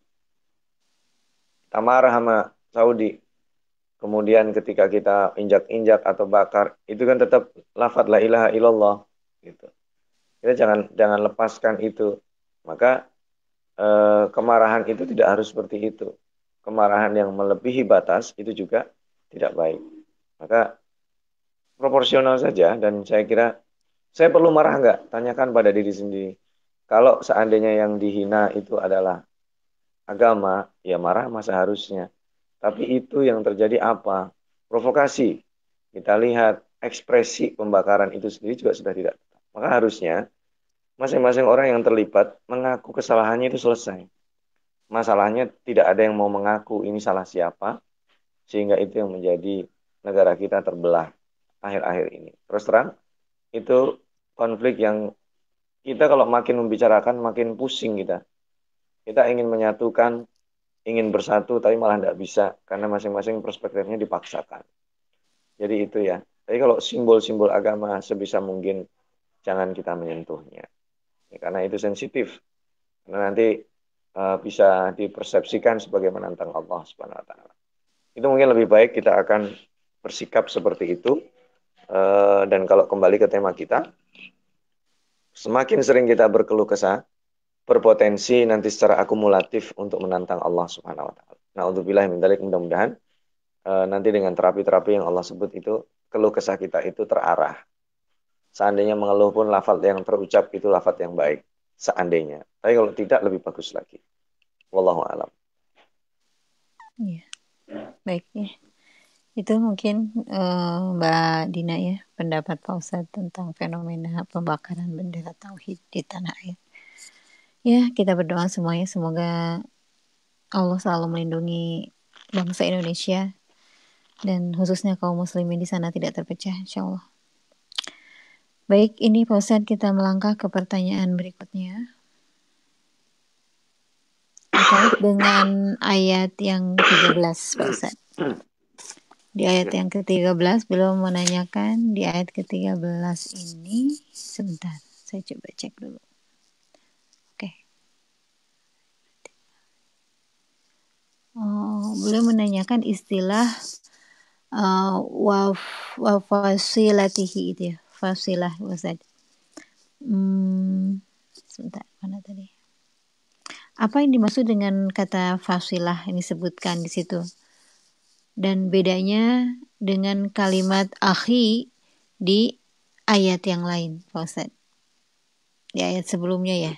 Kita marah sama Saudi. Kemudian ketika kita injak-injak atau bakar, itu kan tetap lafadz la ilaha illallah. Gitu. Kita jangan jangan lepaskan itu. Maka eh, kemarahan itu tidak harus seperti itu. Kemarahan yang melebihi batas itu juga tidak baik. Maka proporsional saja dan saya kira saya perlu marah nggak? Tanyakan pada diri sendiri. Kalau seandainya yang dihina itu adalah agama, ya marah masa harusnya. Tapi itu yang terjadi apa? Provokasi. Kita lihat ekspresi pembakaran itu sendiri juga sudah tidak. Maka harusnya masing-masing orang yang terlibat mengaku kesalahannya itu selesai. Masalahnya tidak ada yang mau mengaku ini salah siapa, sehingga itu yang menjadi negara kita terbelah akhir-akhir ini. Terus terang, itu konflik yang kita kalau makin membicarakan makin pusing kita. Kita ingin menyatukan, ingin bersatu, tapi malah tidak bisa karena masing-masing perspektifnya dipaksakan. Jadi itu ya. Tapi kalau simbol-simbol agama sebisa mungkin jangan kita menyentuhnya. Ya, karena itu sensitif. Karena nanti uh, bisa dipersepsikan sebagai menantang Allah Subhanahu wa taala. Itu mungkin lebih baik kita akan bersikap seperti itu. Uh, dan kalau kembali ke tema kita, semakin sering kita berkeluh kesah, berpotensi nanti secara akumulatif untuk menantang Allah Subhanahu wa taala. Nah, untuk bilah mudah-mudahan uh, nanti dengan terapi-terapi yang Allah sebut itu keluh kesah kita itu terarah. Seandainya mengeluh pun lafaz yang terucap itu lafaz yang baik. Seandainya. Tapi kalau tidak lebih bagus lagi. Wallahu a'lam. Iya. Baik ya. Itu mungkin eh, Mbak Dina ya, pendapat Pak Ustadz tentang fenomena pembakaran bendera tauhid di tanah air. Ya, kita berdoa semuanya semoga Allah selalu melindungi bangsa Indonesia dan khususnya kaum muslimin di sana tidak terpecah, insya Allah. Baik, ini Pak Ustadz kita melangkah ke pertanyaan berikutnya. Terkait dengan ayat yang tiga belas, Pak Ustadz. Di ayat yang ke tiga belas belum menanyakan, di ayat ke tiga belas ini, sebentar, saya coba cek dulu. Oke. Oh, belum menanyakan istilah uh, waf, wafasilatihi itu ya, fasilah Ustaz. Hmm, sebentar, mana tadi? Apa yang dimaksud dengan kata fasilah yang disebutkan di situ? Dan bedanya dengan kalimat akhi di ayat yang lain, Pak Ustaz. Di ayat sebelumnya ya.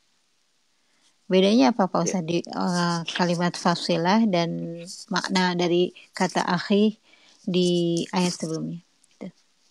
Bedanya apa Pak Ya. Ustaz di uh, kalimat fasilah dan makna dari kata akhi di ayat sebelumnya? Gitu.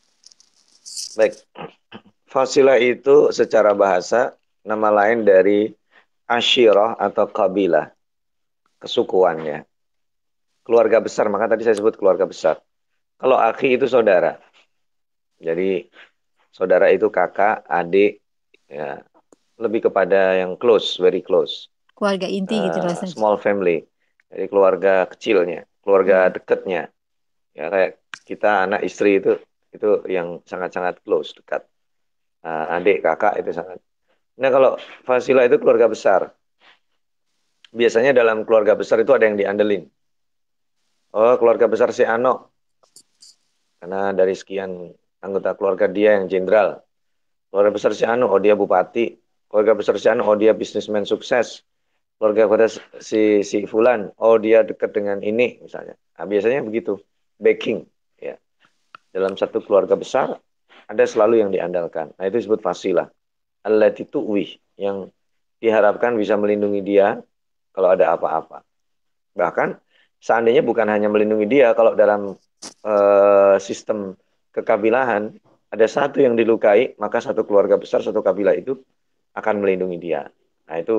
Baik. Fasilah itu secara bahasa nama lain dari asyirah atau kabilah, kesukuannya. Keluarga besar, maka tadi saya sebut keluarga besar. Kalau akhi itu saudara. Jadi saudara itu kakak, adik, ya, lebih kepada yang close, very close. Keluarga inti gitu Pak Uh, Ustaz. small family. Jadi keluarga kecilnya, keluarga Hmm. dekatnya. Ya kayak kita anak istri itu itu yang sangat-sangat close, dekat. Uh, adik, kakak itu sangat. Nah, kalau fasilah itu keluarga besar. Biasanya dalam keluarga besar itu ada yang diandelin. Oh, keluarga besar si Ano. Karena dari sekian anggota keluarga dia yang jenderal. Keluarga besar si Ano, oh dia bupati. Keluarga besar si Ano, oh dia bisnismen sukses. Keluarga pada si si Fulan, oh dia dekat dengan ini misalnya. Nah, biasanya begitu. Backing. Ya. Dalam satu keluarga besar, ada selalu yang diandalkan. Nah, itu disebut fasilah. Allati tu'wih. Yang diharapkan bisa melindungi dia kalau ada apa-apa. Bahkan seandainya bukan hanya melindungi dia, kalau dalam eh, sistem kekabilahan ada satu yang dilukai, maka satu keluarga besar, satu kabilah itu akan melindungi dia. Nah itu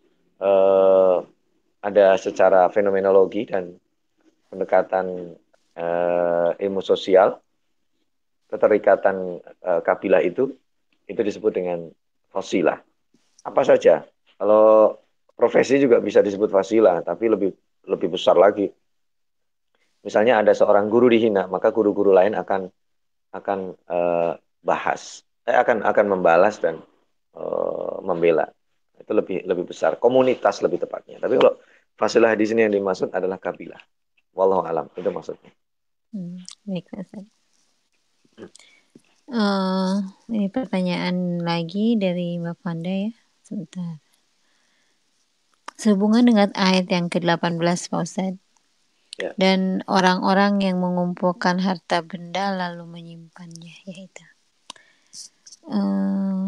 eh, ada secara fenomenologi dan pendekatan eh, ilmu sosial, keterikatan eh, kabilah itu, itu disebut dengan fasilah. Apa saja? Kalau profesi juga bisa disebut fasilah, tapi lebih lebih besar lagi. Misalnya ada seorang guru dihina, maka guru-guru lain akan akan eh, bahas, eh, akan akan membalas dan eh, membela. Itu lebih lebih besar, komunitas lebih tepatnya. Tapi kalau fasilah di sini yang dimaksud adalah kabilah. Wallahu alam, itu maksudnya. Hmm, baik Pak Ustaz. Uh, ini pertanyaan lagi dari Mbak Panda ya. Sebentar. Sehubungan dengan ayat yang ke delapan belas Pak Ustaz. Ya, Dan orang-orang yang mengumpulkan harta benda lalu menyimpannya, yaitu. Uh,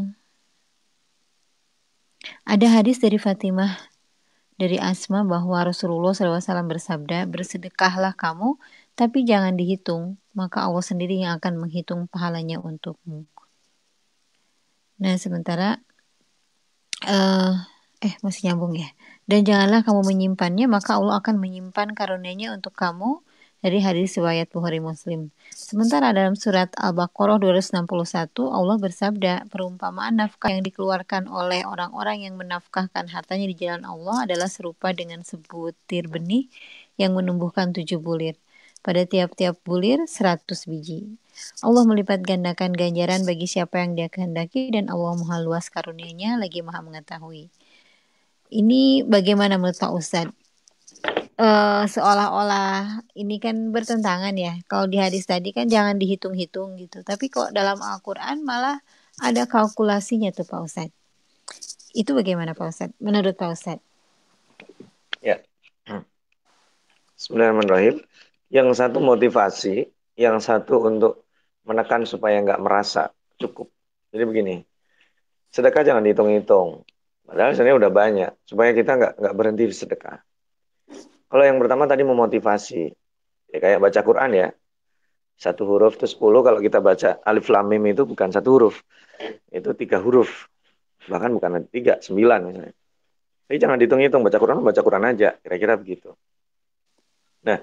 ada hadis dari Fatimah dari Asma bahwa Rasulullah shallallahu alaihi wasallam bersabda, bersedekahlah kamu, tapi jangan dihitung, maka Allah sendiri yang akan menghitung pahalanya untukmu. Nah, sementara uh, eh masih nyambung ya. Dan janganlah kamu menyimpannya, maka Allah akan menyimpan karunia-Nya untuk kamu dari hadis riwayat Bukhari Muslim. Sementara dalam surat Al-Baqarah dua ratus enam puluh satu Allah bersabda, perumpamaan nafkah yang dikeluarkan oleh orang-orang yang menafkahkan hartanya di jalan Allah adalah serupa dengan sebutir benih yang menumbuhkan tujuh bulir. Pada tiap-tiap bulir seratus biji. Allah melipat gandakan ganjaran bagi siapa yang Dia kehendaki dan Allah Maha luas karunia-Nya lagi Maha mengetahui. Ini bagaimana menurut Pak Ustadz? Uh, seolah-olah ini kan bertentangan ya. Kalau di hadis tadi kan jangan dihitung-hitung gitu. Tapi kok dalam Al-Quran malah ada kalkulasinya tuh Pak Ustadz. Itu bagaimana Pak Ustadz? Menurut Pak Ustadz? ya. Bismillahirrahmanirrahim. Yang satu motivasi, yang satu untuk menekan supaya nggak merasa cukup. Jadi begini, sedekah jangan dihitung-hitung. Padahal sebenarnya udah banyak, supaya kita nggak nggak berhenti di sedekah. Kalau yang pertama tadi memotivasi, Ya, kayak baca Quran ya. Satu huruf itu sepuluh, kalau kita baca alif lam mim itu bukan satu huruf. Itu tiga huruf. Bahkan bukan tiga, sembilan misalnya. Jadi jangan dihitung-hitung, baca Quran, baca Quran aja. Kira-kira begitu. Nah,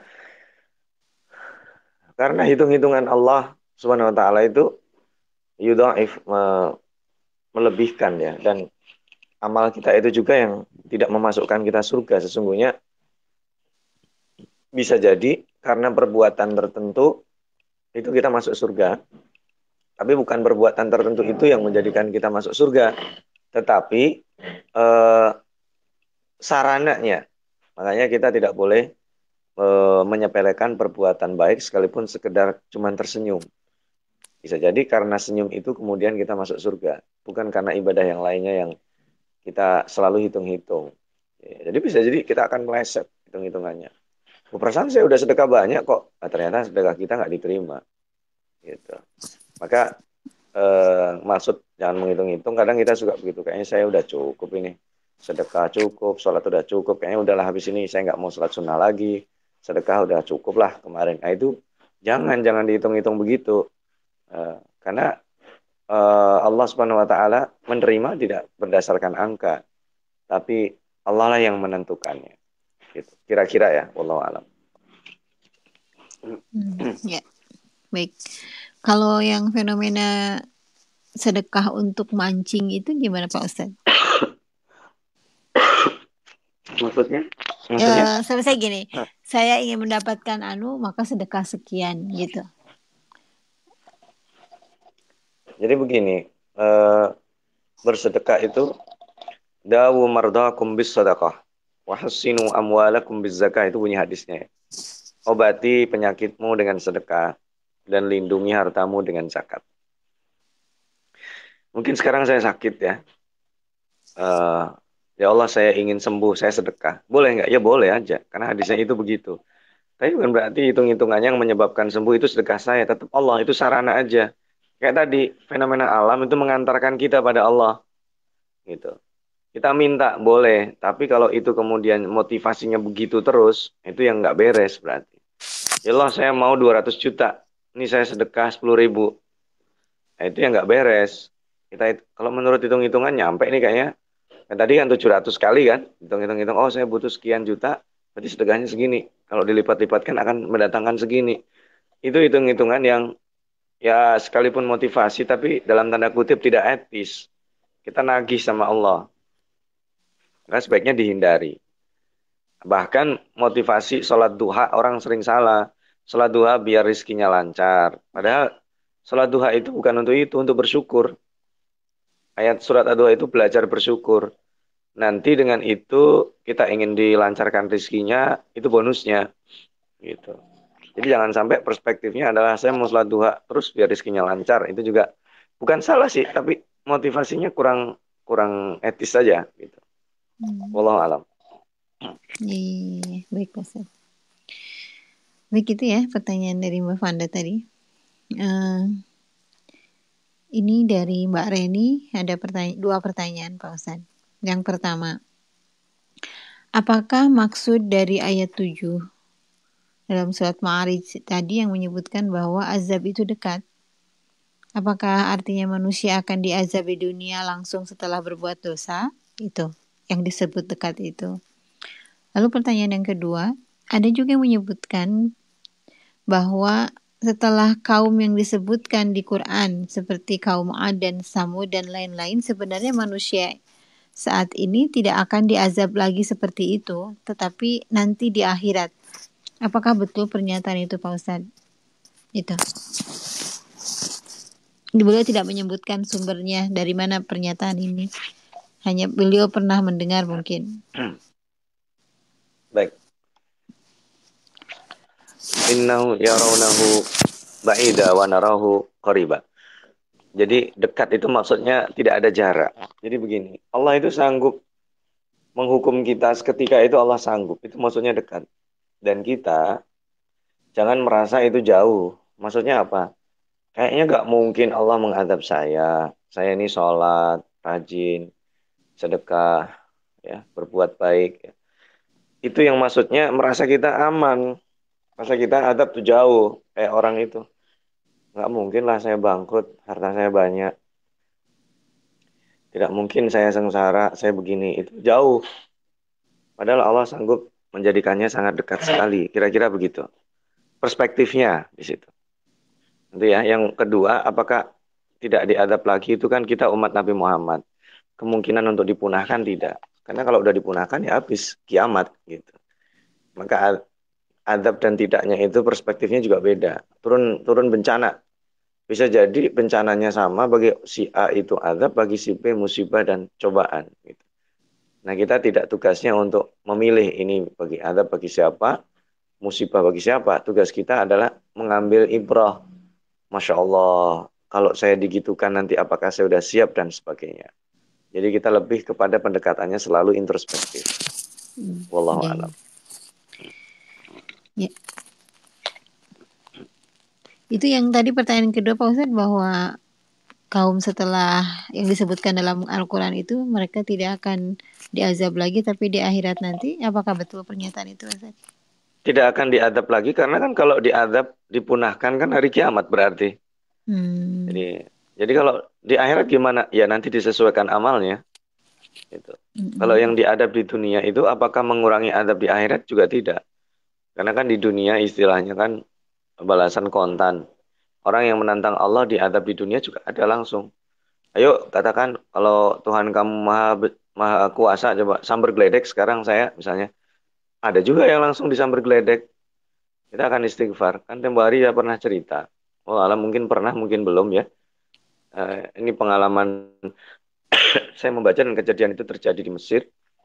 karena hitung-hitungan Allah Subhanahu wa taala itu yudhaif, me- melebihkan ya, dan amal kita itu juga yang tidak memasukkan kita surga sesungguhnya, bisa jadi karena perbuatan tertentu itu kita masuk surga, tapi bukan perbuatan tertentu itu yang menjadikan kita masuk surga, tetapi eh, sarananya. Makanya kita tidak boleh eh, menyepelekan perbuatan baik sekalipun sekedar cuman tersenyum. Bisa jadi karena senyum itu kemudian kita masuk surga, bukan karena ibadah yang lainnya yang kita selalu hitung-hitung. Ya, jadi bisa jadi kita akan meleset hitung-hitungannya. Oh, perasaan saya udah sedekah banyak kok, nah, ternyata sedekah kita nggak diterima. Gitu. Maka eh, maksud jangan menghitung-hitung. Kadang kita suka begitu. Kayaknya saya udah cukup ini. Sedekah cukup, sholat udah cukup. Kayaknya udahlah habis ini saya nggak mau sholat sunnah lagi. Sedekah udah cukup lah kemarin. Nah itu jangan jangan dihitung-hitung begitu. Eh, karena eh, Allah Subhanahu Wa Taala menerima tidak berdasarkan angka, tapi Allah lah yang menentukannya. Gitu. Kira-kira ya, wallahu alam. Hmm, ya, baik. Kalau yang fenomena sedekah untuk mancing itu gimana Pak Ustadz? Maksudnya? Maksudnya? Eh, selesai gini, saya ingin mendapatkan anu, maka sedekah sekian gitu. Jadi begini, eh, bersedekah itu dawu mardakum bis sadaqah wa hassinu amwalakum biz zakah, itu bunyi hadisnya. Obati penyakitmu dengan sedekah dan lindungi hartamu dengan zakat. Mungkin sekarang saya sakit ya. Eh, ya Allah saya ingin sembuh, saya sedekah. Boleh nggak? Ya boleh aja. Karena hadisnya itu begitu. Tapi bukan berarti hitung-hitungannya yang menyebabkan sembuh itu sedekah saya. Tetap Allah, itu sarana aja. Kayak tadi, fenomena alam itu mengantarkan kita pada Allah. Gitu. Kita minta, boleh. Tapi kalau itu kemudian motivasinya begitu terus, itu yang nggak beres berarti. Ya Allah, saya mau dua ratus juta. Ini saya sedekah sepuluh ribu. Nah, itu yang nggak beres. Kita it- kalau menurut hitung-hitungan nyampe nih kayaknya. Kan tadi kan tujuh ratus kali kan. Hitung-hitung-hitung, oh saya butuh sekian juta. Berarti sedekahnya segini. Kalau dilipat-lipatkan akan mendatangkan segini. Itu hitung-hitungan yang ya sekalipun motivasi, tapi dalam tanda kutip tidak etis. Kita nagih sama Allah. Maka sebaiknya dihindari. Bahkan motivasi sholat duha, orang sering salah. Sholat duha biar rizkinya lancar. Padahal sholat duha itu bukan untuk itu, untuk bersyukur. Ayat surat ad-duha itu belajar bersyukur. Nanti dengan itu kita ingin dilancarkan rizkinya, itu bonusnya. Gitu. Jadi jangan sampai perspektifnya adalah saya mau sholat duha terus biar rizkinya lancar. Itu juga bukan salah sih, tapi motivasinya kurang kurang etis saja. Gitu. Hmm. Wallahu alam. Iya, baik Pak Ustadz. Baik itu ya pertanyaan dari Mbak Fanda tadi. Eh, ini dari Mbak Reni ada pertanya- dua pertanyaan Pak Ustadz. Yang pertama, apakah maksud dari ayat tujuh dalam surat Ma'arij tadi yang menyebutkan bahwa azab itu dekat? Apakah artinya manusia akan diazab di dunia langsung setelah berbuat dosa? Itu yang disebut dekat itu. Lalu pertanyaan yang kedua, ada juga yang menyebutkan bahwa setelah kaum yang disebutkan di Quran seperti kaum Ad dan Samud dan lain-lain, sebenarnya manusia saat ini tidak akan diazab lagi seperti itu, tetapi nanti di akhirat. Apakah betul pernyataan itu Pak Ustadz? Itu. Beliau tidak menyebutkan sumbernya dari mana pernyataan ini. Hanya beliau pernah mendengar mungkin. Baik. Innahu yarawnahu ba'ida wa narahu qariba. Jadi dekat itu maksudnya tidak ada jarak. Jadi begini, Allah itu sanggup menghukum kita seketika itu, Allah sanggup. Itu maksudnya dekat. Dan kita jangan merasa itu jauh. Maksudnya apa? Kayaknya nggak mungkin Allah mengadab saya. Saya ini sholat, rajin, sedekah, ya, berbuat baik. Itu yang maksudnya merasa kita aman. Masa kita adab tuh jauh kayak orang itu. Nggak mungkin lah saya bangkrut, harta saya banyak. Tidak mungkin saya sengsara, saya begini. Itu jauh. Padahal Allah sanggup menjadikannya sangat dekat sekali. Kira-kira begitu. Perspektifnya di situ. Nanti ya, yang kedua, apakah tidak diadab lagi itu kan kita umat Nabi Muhammad. Kemungkinan untuk dipunahkan tidak. Karena kalau udah dipunahkan ya habis kiamat gitu. Maka a- adab dan tidaknya itu perspektifnya juga beda. Turun turun bencana. Bisa jadi bencananya sama bagi si A itu adab, bagi si B musibah dan cobaan. Gitu. Nah kita tidak tugasnya untuk memilih ini bagi adab bagi siapa, musibah bagi siapa. Tugas kita adalah mengambil ibrah. Masya Allah, kalau saya digitukan nanti apakah saya sudah siap dan sebagainya. Jadi kita lebih kepada pendekatannya selalu introspektif. Hmm, Wallahu ya, a'lam. ya. Itu yang tadi pertanyaan kedua Pak Ustadz, bahwa kaum setelah yang disebutkan dalam Al-Quran itu mereka tidak akan diazab lagi tapi di akhirat nanti. Apakah betul pernyataan itu Ustadz? Tidak akan diadab lagi karena kan kalau diadab dipunahkan kan hari kiamat berarti. Jadi Hmm. jadi kalau di akhirat gimana? Ya nanti disesuaikan amalnya. Gitu. Kalau yang Mm-mm. diadab di dunia itu apakah mengurangi adab di akhirat juga tidak. Karena kan di dunia istilahnya kan balasan kontan. Orang yang menantang Allah diadab di dunia juga ada langsung. Ayo katakan kalau Tuhan kamu maha, be- maha kuasa coba sambar geledek sekarang saya misalnya. Ada juga yang langsung disambar geledek. Kita akan istighfar. Kan tempo hari ya pernah cerita. Oh alam mungkin pernah mungkin belum ya. Eh, ini pengalaman saya membaca dan kejadian itu terjadi di Mesir.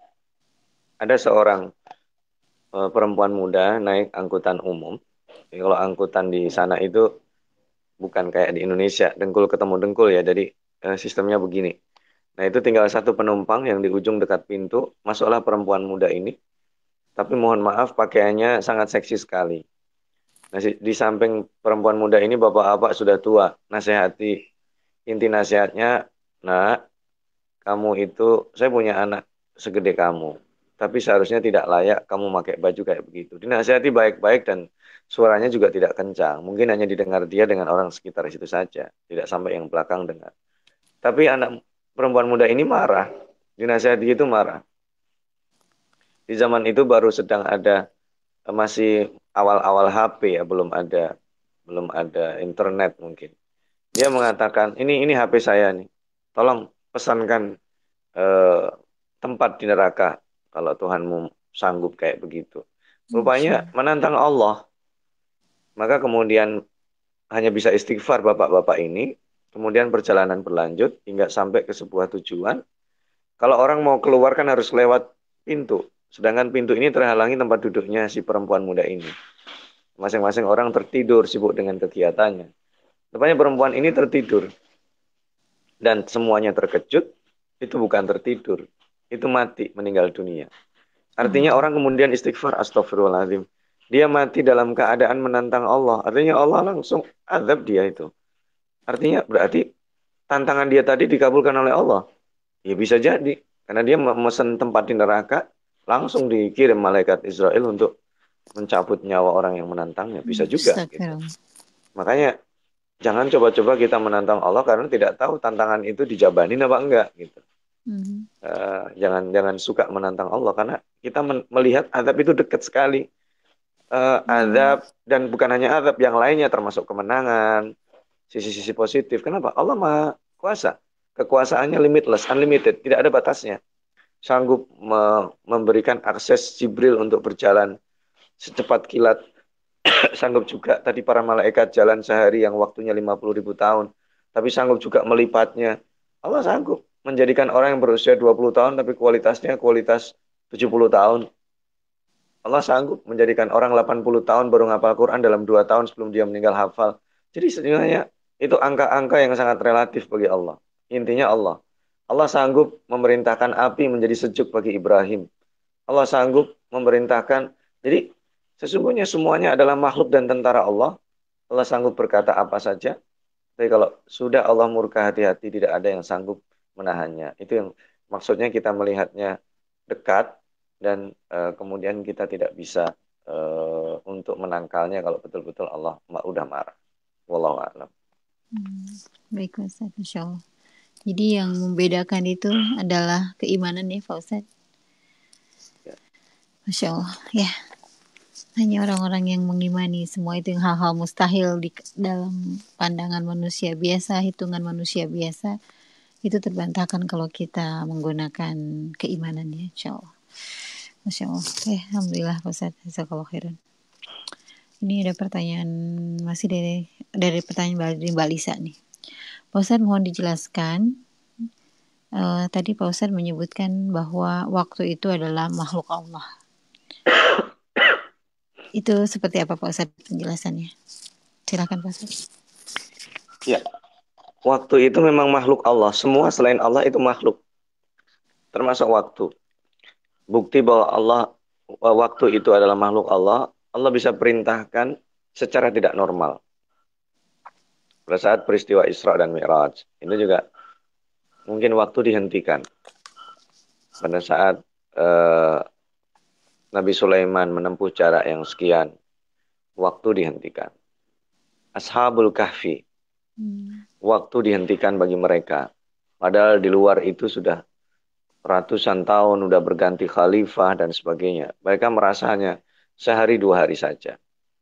Ada seorang eh, perempuan muda naik angkutan umum. Jadi kalau angkutan di sana itu bukan kayak di Indonesia, dengkul ketemu dengkul ya. Jadi eh, sistemnya begini. Nah itu tinggal satu penumpang yang di ujung dekat pintu, masuklah perempuan muda ini. Tapi mohon maaf pakaiannya sangat seksi sekali. Nah si- di samping perempuan muda ini bapak-bapak sudah tua. Nasihati, inti nasihatnya, nah kamu itu, saya punya anak segede kamu. Tapi seharusnya tidak layak kamu pakai baju kayak begitu. Dinasihati baik-baik dan suaranya juga tidak kencang. Mungkin hanya didengar dia dengan orang sekitar situ saja. Tidak sampai yang belakang dengar. Tapi anak perempuan muda ini marah. Dinasihati itu marah. Di zaman itu baru sedang ada, eh, masih awal-awal H P ya, belum ada belum ada internet mungkin. Dia mengatakan, ini ini H P saya nih. Tolong pesankan eh, tempat di neraka kalau Tuhanmu sanggup kayak begitu. Rupanya Masya Allah. menantang Allah. Maka kemudian hanya bisa istighfar bapak-bapak ini. Kemudian perjalanan berlanjut hingga sampai ke sebuah tujuan. Kalau orang mau keluar kan harus lewat pintu. Sedangkan pintu ini terhalangi tempat duduknya si perempuan muda ini. Masing-masing orang tertidur sibuk dengan kegiatannya. Rupanya perempuan ini tertidur. Dan semuanya terkejut. Itu bukan tertidur. Itu mati, meninggal dunia. Artinya Allah. orang kemudian istighfar, astagfirullahaladzim. Dia mati dalam keadaan menantang Allah. Artinya Allah langsung azab dia itu. Artinya berarti tantangan dia tadi dikabulkan oleh Allah. Ya bisa jadi. Karena dia memesan tempat di neraka, langsung dikirim malaikat Israel untuk mencabut nyawa orang yang menantangnya. Bisa juga gitu. Astagfirullah. Makanya jangan coba-coba kita menantang Allah karena tidak tahu tantangan itu dijabanin apa enggak gitu. Mhm. Eh, jangan jangan suka menantang Allah karena kita men- melihat azab itu dekat sekali. Eh, azab Mhm. dan bukan hanya azab yang lainnya termasuk kemenangan, sisi-sisi positif. Kenapa? Allah Maha Kuasa. Kekuasaannya limitless, unlimited, tidak ada batasnya. Sanggup me- memberikan akses Jibril untuk berjalan secepat kilat. Sanggup juga tadi para malaikat jalan sehari yang waktunya lima puluh ribu tahun. Tapi sanggup juga melipatnya. Allah sanggup menjadikan orang yang berusia dua puluh tahun tapi kualitasnya kualitas tujuh puluh tahun. Allah sanggup menjadikan orang delapan puluh tahun baru ngapal Quran dalam dua tahun sebelum dia meninggal hafal. Jadi sebenarnya itu angka-angka yang sangat relatif bagi Allah. Intinya Allah. Allah sanggup memerintahkan api menjadi sejuk bagi Ibrahim. Allah sanggup memerintahkan. Jadi sesungguhnya semuanya adalah makhluk dan tentara Allah. Allah sanggup berkata apa saja. Tapi kalau sudah Allah murka, hati-hati, tidak ada yang sanggup menahannya. Itu yang maksudnya kita melihatnya dekat dan eh, kemudian kita tidak bisa eh, untuk menangkalnya kalau betul-betul Allah ma- udah marah. Wallahu a'lam. Hmm, baik Pak Ustadz, Masya Allah. Jadi yang membedakan itu adalah keimanan ya Pak Ustadz. Ya. Masya Allah. Ya, hanya orang-orang yang mengimani semua itu yang hal-hal mustahil di dalam pandangan manusia biasa, hitungan manusia biasa, itu terbantahkan kalau kita menggunakan keimanan ya, Insya Allah. Masya Allah. Eh, Alhamdulillah Pak Ustadz. Jazakallahu khairan. Ini ada pertanyaan masih dari dari pertanyaan dari Mbak Lisa nih. Pak Ustadz mohon dijelaskan. Uh, tadi Pak Ustadz menyebutkan bahwa waktu itu adalah makhluk Allah. Itu seperti apa Pak Ustadz penjelasannya? Silakan Pak Ustadz. Ya, waktu itu memang makhluk Allah. Semua selain Allah itu makhluk, termasuk waktu. Bukti bahwa Allah waktu itu adalah makhluk Allah, Allah bisa perintahkan secara tidak normal. Pada saat peristiwa Isra dan Mi'raj, itu juga mungkin waktu dihentikan. Pada saat eh, Nabi Sulaiman menempuh jarak yang sekian, waktu dihentikan. Ashabul Kahfi, Hmm. waktu dihentikan bagi mereka. Padahal di luar itu sudah ratusan tahun, sudah berganti khalifah dan sebagainya. Mereka merasa hanya sehari dua hari saja.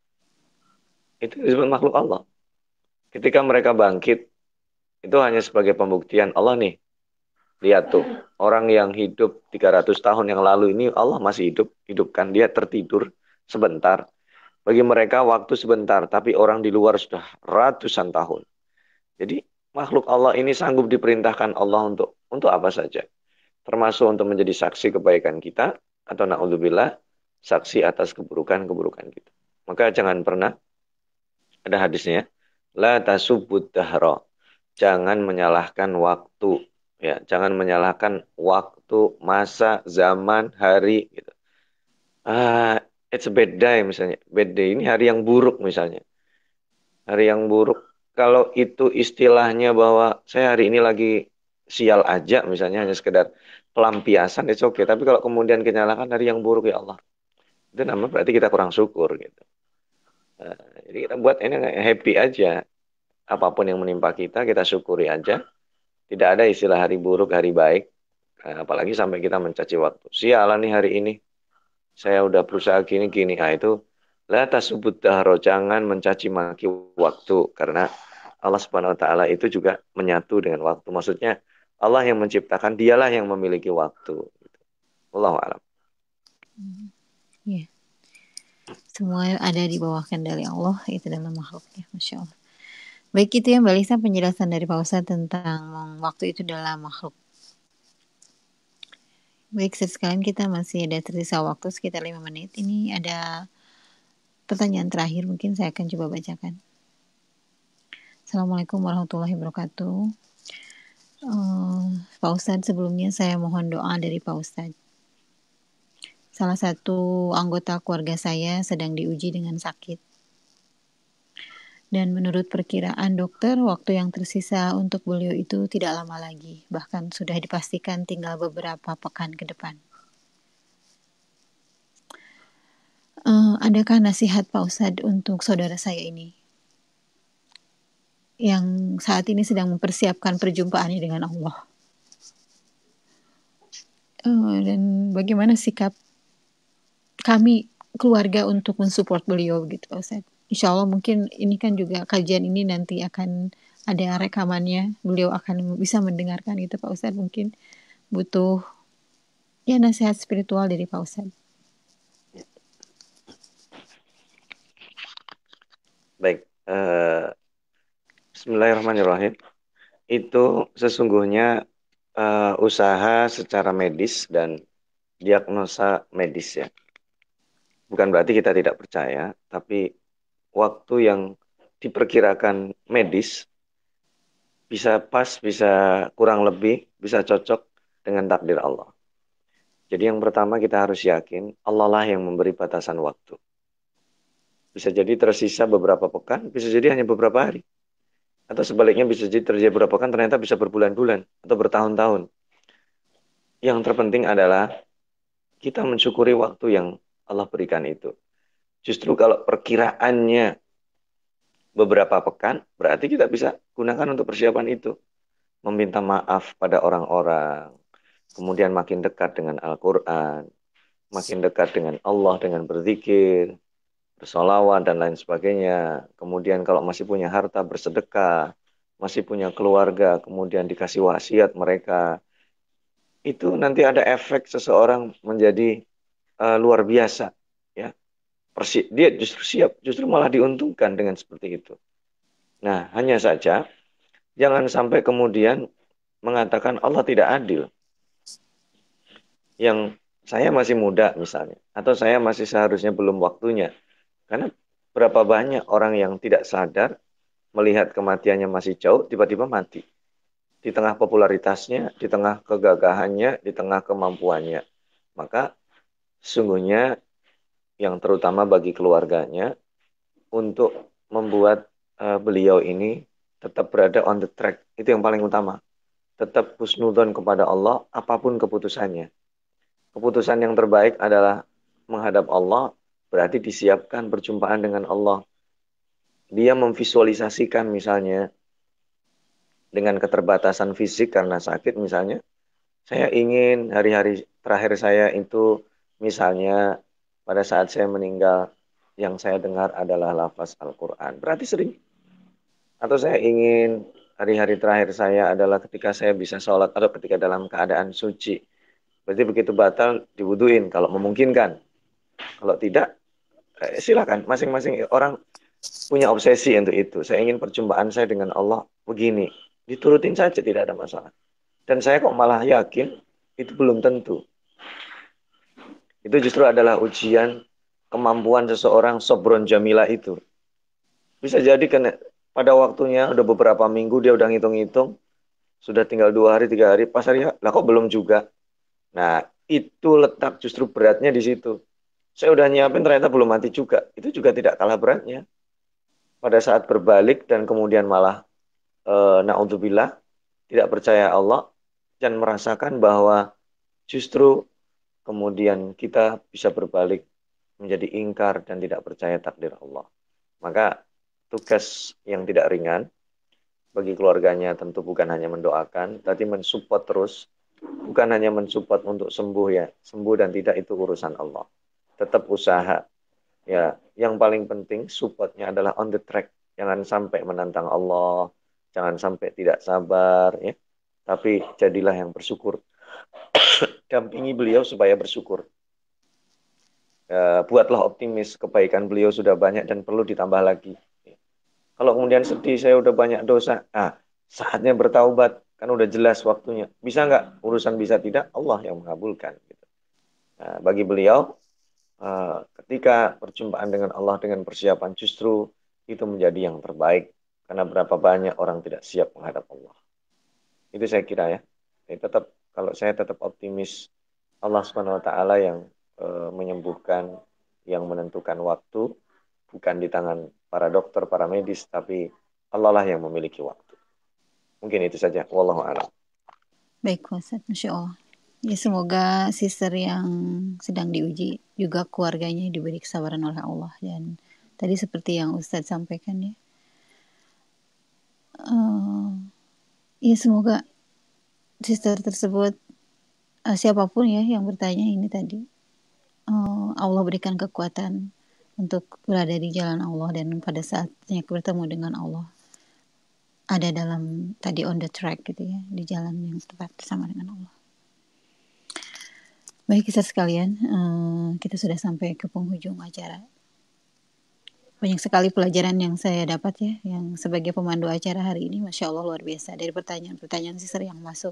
Itu disebut makhluk Allah. Ketika mereka bangkit, itu hanya sebagai pembuktian Allah nih. Lihat tuh, orang yang hidup tiga ratus tahun yang lalu ini Allah masih hidup, hidupkan dia tertidur sebentar. Bagi mereka waktu sebentar, tapi orang di luar sudah ratusan tahun. Jadi makhluk Allah ini sanggup diperintahkan Allah untuk untuk apa saja. Termasuk untuk menjadi saksi kebaikan kita, atau na'udzubillah, saksi atas keburukan-keburukan kita. Maka jangan pernah, ada hadisnya, la tasubbud dahra. Jangan menyalahkan waktu. Ya, jangan menyalahkan waktu, masa, zaman, hari. Gitu. Ah, it's a bad day misalnya. Bad day ini hari yang buruk misalnya. Hari yang buruk. Kalau itu istilahnya bahwa saya hari ini lagi sial aja misalnya hanya sekedar pelampiasan, itu oke. Tapi kalau kemudian kenyalakan hari yang buruk ya Allah. Itu namanya berarti kita kurang syukur gitu. Nah, jadi kita buat ini happy aja. Apapun yang menimpa kita, kita syukuri aja. Tidak ada istilah hari buruk, hari baik. Nah, apalagi sampai kita mencaci waktu. Sialan nih hari ini. Saya udah berusaha gini-gini. Nah itu, la tasubut dahro. Jangan mencaci maki waktu. Karena Allah Subhanahu Wa Taala itu juga menyatu dengan waktu. Maksudnya, Allah yang menciptakan, dialah yang memiliki waktu. Wallahu a'lam. Hmm. Ya, semua ada di bawah kendali Allah, itu dalam makhluknya, Masya Allah. Baik itu ya Mbak Lisa penjelasan dari Pak Ustadz tentang waktu itu adalah makhluk. Baik, sekalian kita masih ada tersisa waktu sekitar lima menit. Ini ada pertanyaan terakhir, mungkin saya akan coba bacakan. Assalamualaikum warahmatullahi wabarakatuh. Uh, Pak Ustadz, sebelumnya saya mohon doa dari Pak Ustadz. Salah satu anggota keluarga saya sedang diuji dengan sakit. Dan menurut perkiraan dokter, waktu yang tersisa untuk beliau itu tidak lama lagi. Bahkan sudah dipastikan tinggal beberapa pekan ke depan. Uh, adakah nasihat Pak Ustadz untuk saudara saya ini? Yang saat ini sedang mempersiapkan perjumpaannya dengan Allah. Uh, dan bagaimana sikap kami keluarga untuk mensupport beliau gitu Pak Ustadz. Insya Allah mungkin ini kan juga kajian ini nanti akan ada rekamannya, beliau akan bisa mendengarkan gitu Pak Ustadz. Mungkin butuh ya nasihat spiritual dari Pak Ustadz. Baik, uh, Bismillahirrahmanirrahim. Itu sesungguhnya uh, usaha secara medis dan diagnosa medis ya. Bukan berarti kita tidak percaya, tapi waktu yang diperkirakan medis bisa pas, bisa kurang lebih, bisa cocok dengan takdir Allah. Jadi yang pertama kita harus yakin Allah lah yang memberi batasan waktu. Bisa jadi tersisa beberapa pekan, bisa jadi hanya beberapa hari. Atau sebaliknya bisa jadi terjadi beberapa pekan, ternyata bisa berbulan-bulan atau bertahun-tahun. Yang terpenting adalah kita mensyukuri waktu yang Allah berikan itu. Justru kalau perkiraannya beberapa pekan, berarti kita bisa gunakan untuk persiapan itu. Meminta maaf pada orang-orang, kemudian makin dekat dengan Al-Quran, makin dekat dengan Allah dengan berzikir, bersolawat, dan lain sebagainya. Kemudian kalau masih punya harta, bersedekah, masih punya keluarga, kemudian dikasih wasiat mereka. Itu nanti ada efek seseorang menjadi uh, luar biasa. Ya, Persi dia justru siap, justru malah diuntungkan dengan seperti itu. Nah, hanya saja jangan sampai kemudian mengatakan Allah tidak adil. Yang saya masih muda misalnya, atau saya masih seharusnya belum waktunya. Karena berapa banyak orang yang tidak sadar melihat kematiannya masih jauh, tiba-tiba mati. Di tengah popularitasnya, di tengah kegagahannya, di tengah kemampuannya. Maka sesungguhnya yang terutama bagi keluarganya untuk membuat uh, beliau ini tetap berada on the track. Itu yang paling utama. Tetap husnudon kepada Allah apapun keputusannya. Keputusan yang terbaik adalah menghadap Allah, berarti disiapkan perjumpaan dengan Allah. Dia memvisualisasikan misalnya dengan keterbatasan fisik karena sakit misalnya, saya ingin hari-hari terakhir saya itu misalnya pada saat saya meninggal yang saya dengar adalah lafaz Al-Quran. Berarti sering. Atau saya ingin hari-hari terakhir saya adalah ketika saya bisa sholat atau ketika dalam keadaan suci. Berarti begitu batal diwuduin kalau memungkinkan. Kalau tidak, eh, silakan. Masing-masing orang punya obsesi untuk itu. Saya ingin perjumpaan saya dengan Allah begini. Diturutin saja, tidak ada masalah. Dan saya kok malah yakin itu belum tentu. Itu justru adalah ujian kemampuan seseorang sobron jamila itu. Bisa jadi kena, pada waktunya udah beberapa minggu dia udah ngitung-ngitung, sudah tinggal dua hari, tiga hari, pas hari, lah kok belum juga. Nah, itu letak justru beratnya di situ. Saya udah nyiapin ternyata belum mati juga. Itu juga tidak kalah beratnya. Pada saat berbalik dan kemudian malah e, naudzubillah tidak percaya Allah dan merasakan bahwa justru kemudian kita bisa berbalik menjadi ingkar dan tidak percaya takdir Allah. Maka tugas yang tidak ringan bagi keluarganya tentu bukan hanya mendoakan, tapi mensupport terus. Bukan hanya mensupport untuk sembuh ya, sembuh dan tidak itu urusan Allah. Tetap usaha. Ya, yang paling penting supportnya adalah on the track. Jangan sampai menantang Allah, jangan sampai tidak sabar ya. Tapi jadilah yang bersyukur. Dampingi beliau supaya bersyukur. Ya, buatlah optimis, kebaikan beliau sudah banyak dan perlu ditambah lagi. Kalau kemudian sedih, saya udah banyak dosa. Nah, saatnya bertaubat. Kan udah jelas waktunya. Bisa nggak? Urusan bisa tidak, Allah yang mengabulkan. Gitu. Nah, bagi beliau, uh, ketika perjumpaan dengan Allah dengan persiapan justru itu menjadi yang terbaik. Karena berapa banyak orang tidak siap menghadap Allah. Itu saya kira ya. Jadi tetap, kalau saya tetap optimis, Allah subhanahu wa taala yang uh, menyembuhkan, yang menentukan waktu, bukan di tangan para dokter, para medis, tapi Allah lah yang memiliki waktu. Mungkin itu saja. Wallahu a'lam. Baik, Ustaz. Masya Allah. Ya, semoga sister yang sedang diuji juga keluarganya diberi kesabaran oleh Allah. Dan tadi seperti yang Ustaz sampaikan ya. Uh, ya, semoga sister tersebut, uh, siapapun ya yang bertanya ini tadi, uh, Allah berikan kekuatan untuk berada di jalan Allah dan pada saatnya bertemu dengan Allah ada dalam tadi on the track gitu ya, di jalan yang tepat bersama dengan Allah. Baik kisah sekalian, uh, kita sudah sampai ke penghujung acara. Banyak sekali pelajaran yang saya dapat ya, yang sebagai pemandu acara hari ini, Masya Allah luar biasa. Dari pertanyaan-pertanyaan sister yang masuk,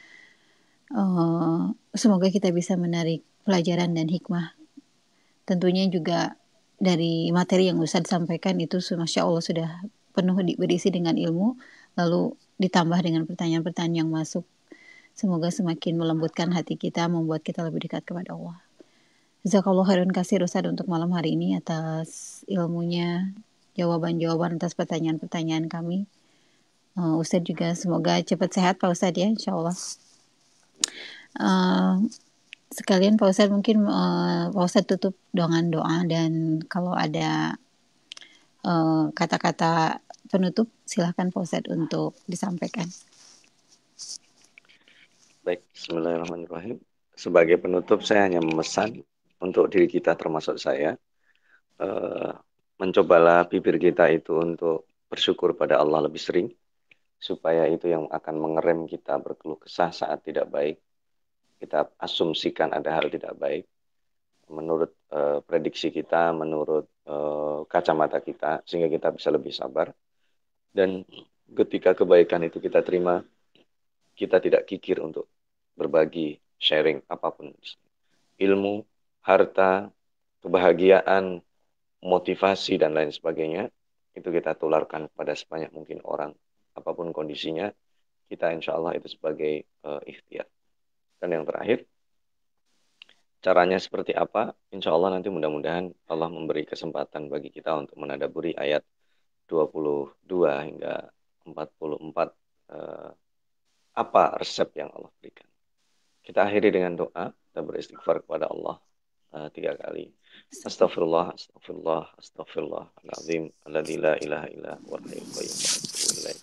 uh, semoga kita bisa menarik pelajaran dan hikmah. Tentunya juga dari materi yang Ustadz sampaikan itu, Masya Allah sudah penuh berisi dengan ilmu, lalu ditambah dengan pertanyaan-pertanyaan yang masuk. Semoga semakin melembutkan hati kita, membuat kita lebih dekat kepada Allah. Jazakallah khairan kasih Ustadz untuk malam hari ini atas ilmunya, jawaban-jawaban atas pertanyaan-pertanyaan kami. Uh, Ustadz juga semoga cepat sehat Pak Ustadz ya, insya Allah. Uh, sekalian Pak Ustadz mungkin uh, Pak Ustadz tutup dengan doa, dan kalau ada uh, kata-kata penutup silahkan Pak Ustadz untuk disampaikan. Baik, bismillahirrahmanirrahim. Sebagai penutup saya hanya memesan untuk diri kita termasuk saya, uh, mencobalah bibir kita itu untuk bersyukur pada Allah lebih sering, supaya itu yang akan mengerem kita berkeluh kesah saat tidak baik. Kita asumsikan ada hal tidak baik. Menurut uh, prediksi kita, menurut uh, kacamata kita, sehingga kita bisa lebih sabar. Dan ketika kebaikan itu kita terima, kita tidak kikir untuk berbagi, sharing, apapun. Ilmu, harta, kebahagiaan, motivasi, dan lain sebagainya, itu kita tularkan kepada sebanyak mungkin orang, apapun kondisinya, kita insya Allah itu sebagai uh, ikhtiar. Dan yang terakhir, caranya seperti apa? Insya Allah nanti mudah-mudahan Allah memberi kesempatan bagi kita untuk menadaburi ayat dua puluh dua hingga empat puluh empat. Eh, apa resep yang Allah berikan. Kita akhiri dengan doa. Kita beristighfar kepada Allah eh, tiga kali. Astaghfirullah, astaghfirullah, astaghfirullah. Al-azim, alladzi la ilaha illa huwal hayyul qayyum. Wa atubu ilaih.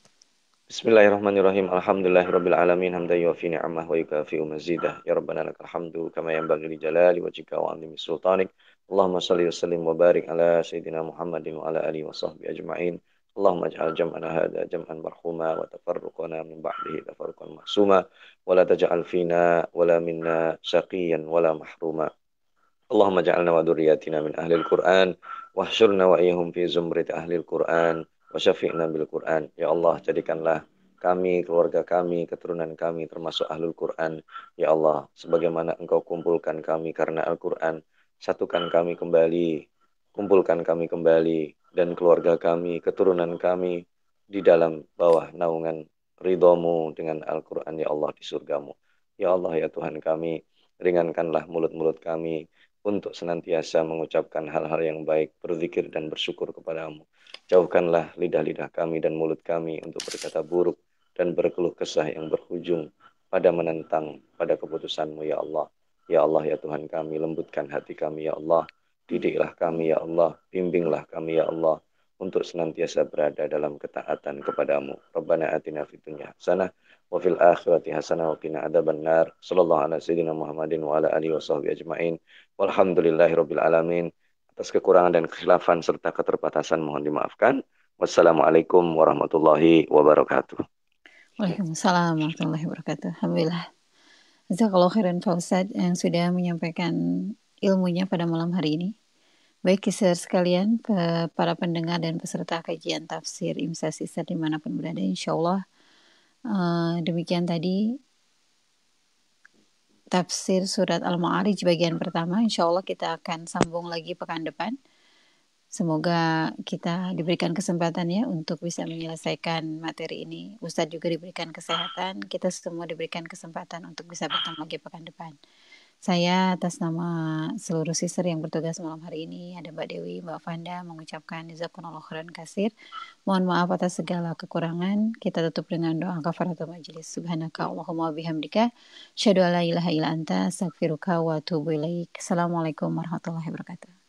Bismillahirrahmanirrahim. Alhamdulillahirabbil alamin. Hamdan yuwafi ni'amah wa yukafi'u mazidah. Ya Rabbana lakal hamdu kama yanbaghi li jalali wajhika wa 'azimi sultanik. Allahumma shalli wa sallim wa barik ala sayyidina Muhammadin wa ala alihi wa sahbihi ajma'in. Allahumma ij'al jam'ana hadha jam'an marhuma wa tafarruqana min ba'dihi tafarruqan ma'suma wa la taj'al fina wa la minna shaqiyan wa la mahruma. Allahumma ja'alna wa dhurriyyatina min ahlil Qur'an wahsyurna wa iyyahum fi zumrati ahlil Qur'an wa syafi'na bil Qur'an. Ya Allah, jadikanlah kami, keluarga kami, keturunan kami termasuk ahlul Qur'an. Ya Allah, sebagaimana Engkau kumpulkan kami karena Al-Qur'an, satukan kami kembali, kumpulkan kami kembali, dan keluarga kami, keturunan kami di dalam bawah naungan ridhamu dengan Al-Qur'an, ya Allah, di surgamu. Ya Allah, ya Tuhan kami, ringankanlah mulut-mulut kami untuk senantiasa mengucapkan hal-hal yang baik, berzikir dan bersyukur kepadamu. Jauhkanlah lidah-lidah kami dan mulut kami untuk berkata buruk dan berkeluh kesah yang berujung pada menentang pada keputusanmu, ya Allah. Ya Allah, ya Tuhan kami, lembutkan hati kami, ya Allah. Didiklah kami, ya Allah. Bimbinglah kami, ya Allah, untuk senantiasa berada dalam ketaatan kepadamu. Rabbana atina fid dunya hasanah wa fil akhirati hasanah wa qina adzabannar. Sallallahu ala sayyidina Muhammadin wa ala alihi wa sahbihi ajmain. Walhamdulillahirabbil alamin. Atas kekurangan dan kekhilafan serta keterbatasan mohon dimaafkan. Wassalamualaikum warahmatullahi wabarakatuh. Waalaikumsalam warahmatullahi wabarakatuh. Alhamdulillah. Jazakallahu khairan Pak Ustadz yang sudah menyampaikan ilmunya pada malam hari ini. Baik kisah sekalian, para pendengar dan peserta kajian tafsir Imsa Sister dimanapun berada, insya Allah uh, demikian tadi tafsir surat Al-Ma'arij bagian pertama. Insya Allah kita akan sambung lagi pekan depan. Semoga kita diberikan kesempatan ya untuk bisa menyelesaikan materi ini. Ustadz juga diberikan kesehatan, kita semua diberikan kesempatan untuk bisa bertemu lagi pekan depan. Saya atas nama seluruh sister yang bertugas malam hari ini, ada Mbak Dewi, Mbak Fanda, mengucapkan jazakumullahu khairan katsir. Mohon maaf atas segala kekurangan. Kita tutup dengan doa kafaratul majelis. Subhanaka Allahumma bihamdika, syahadu alla ilaha illa anta, astaghfiruka wa atubu ilaik. Assalamualaikum warahmatullahi wabarakatuh.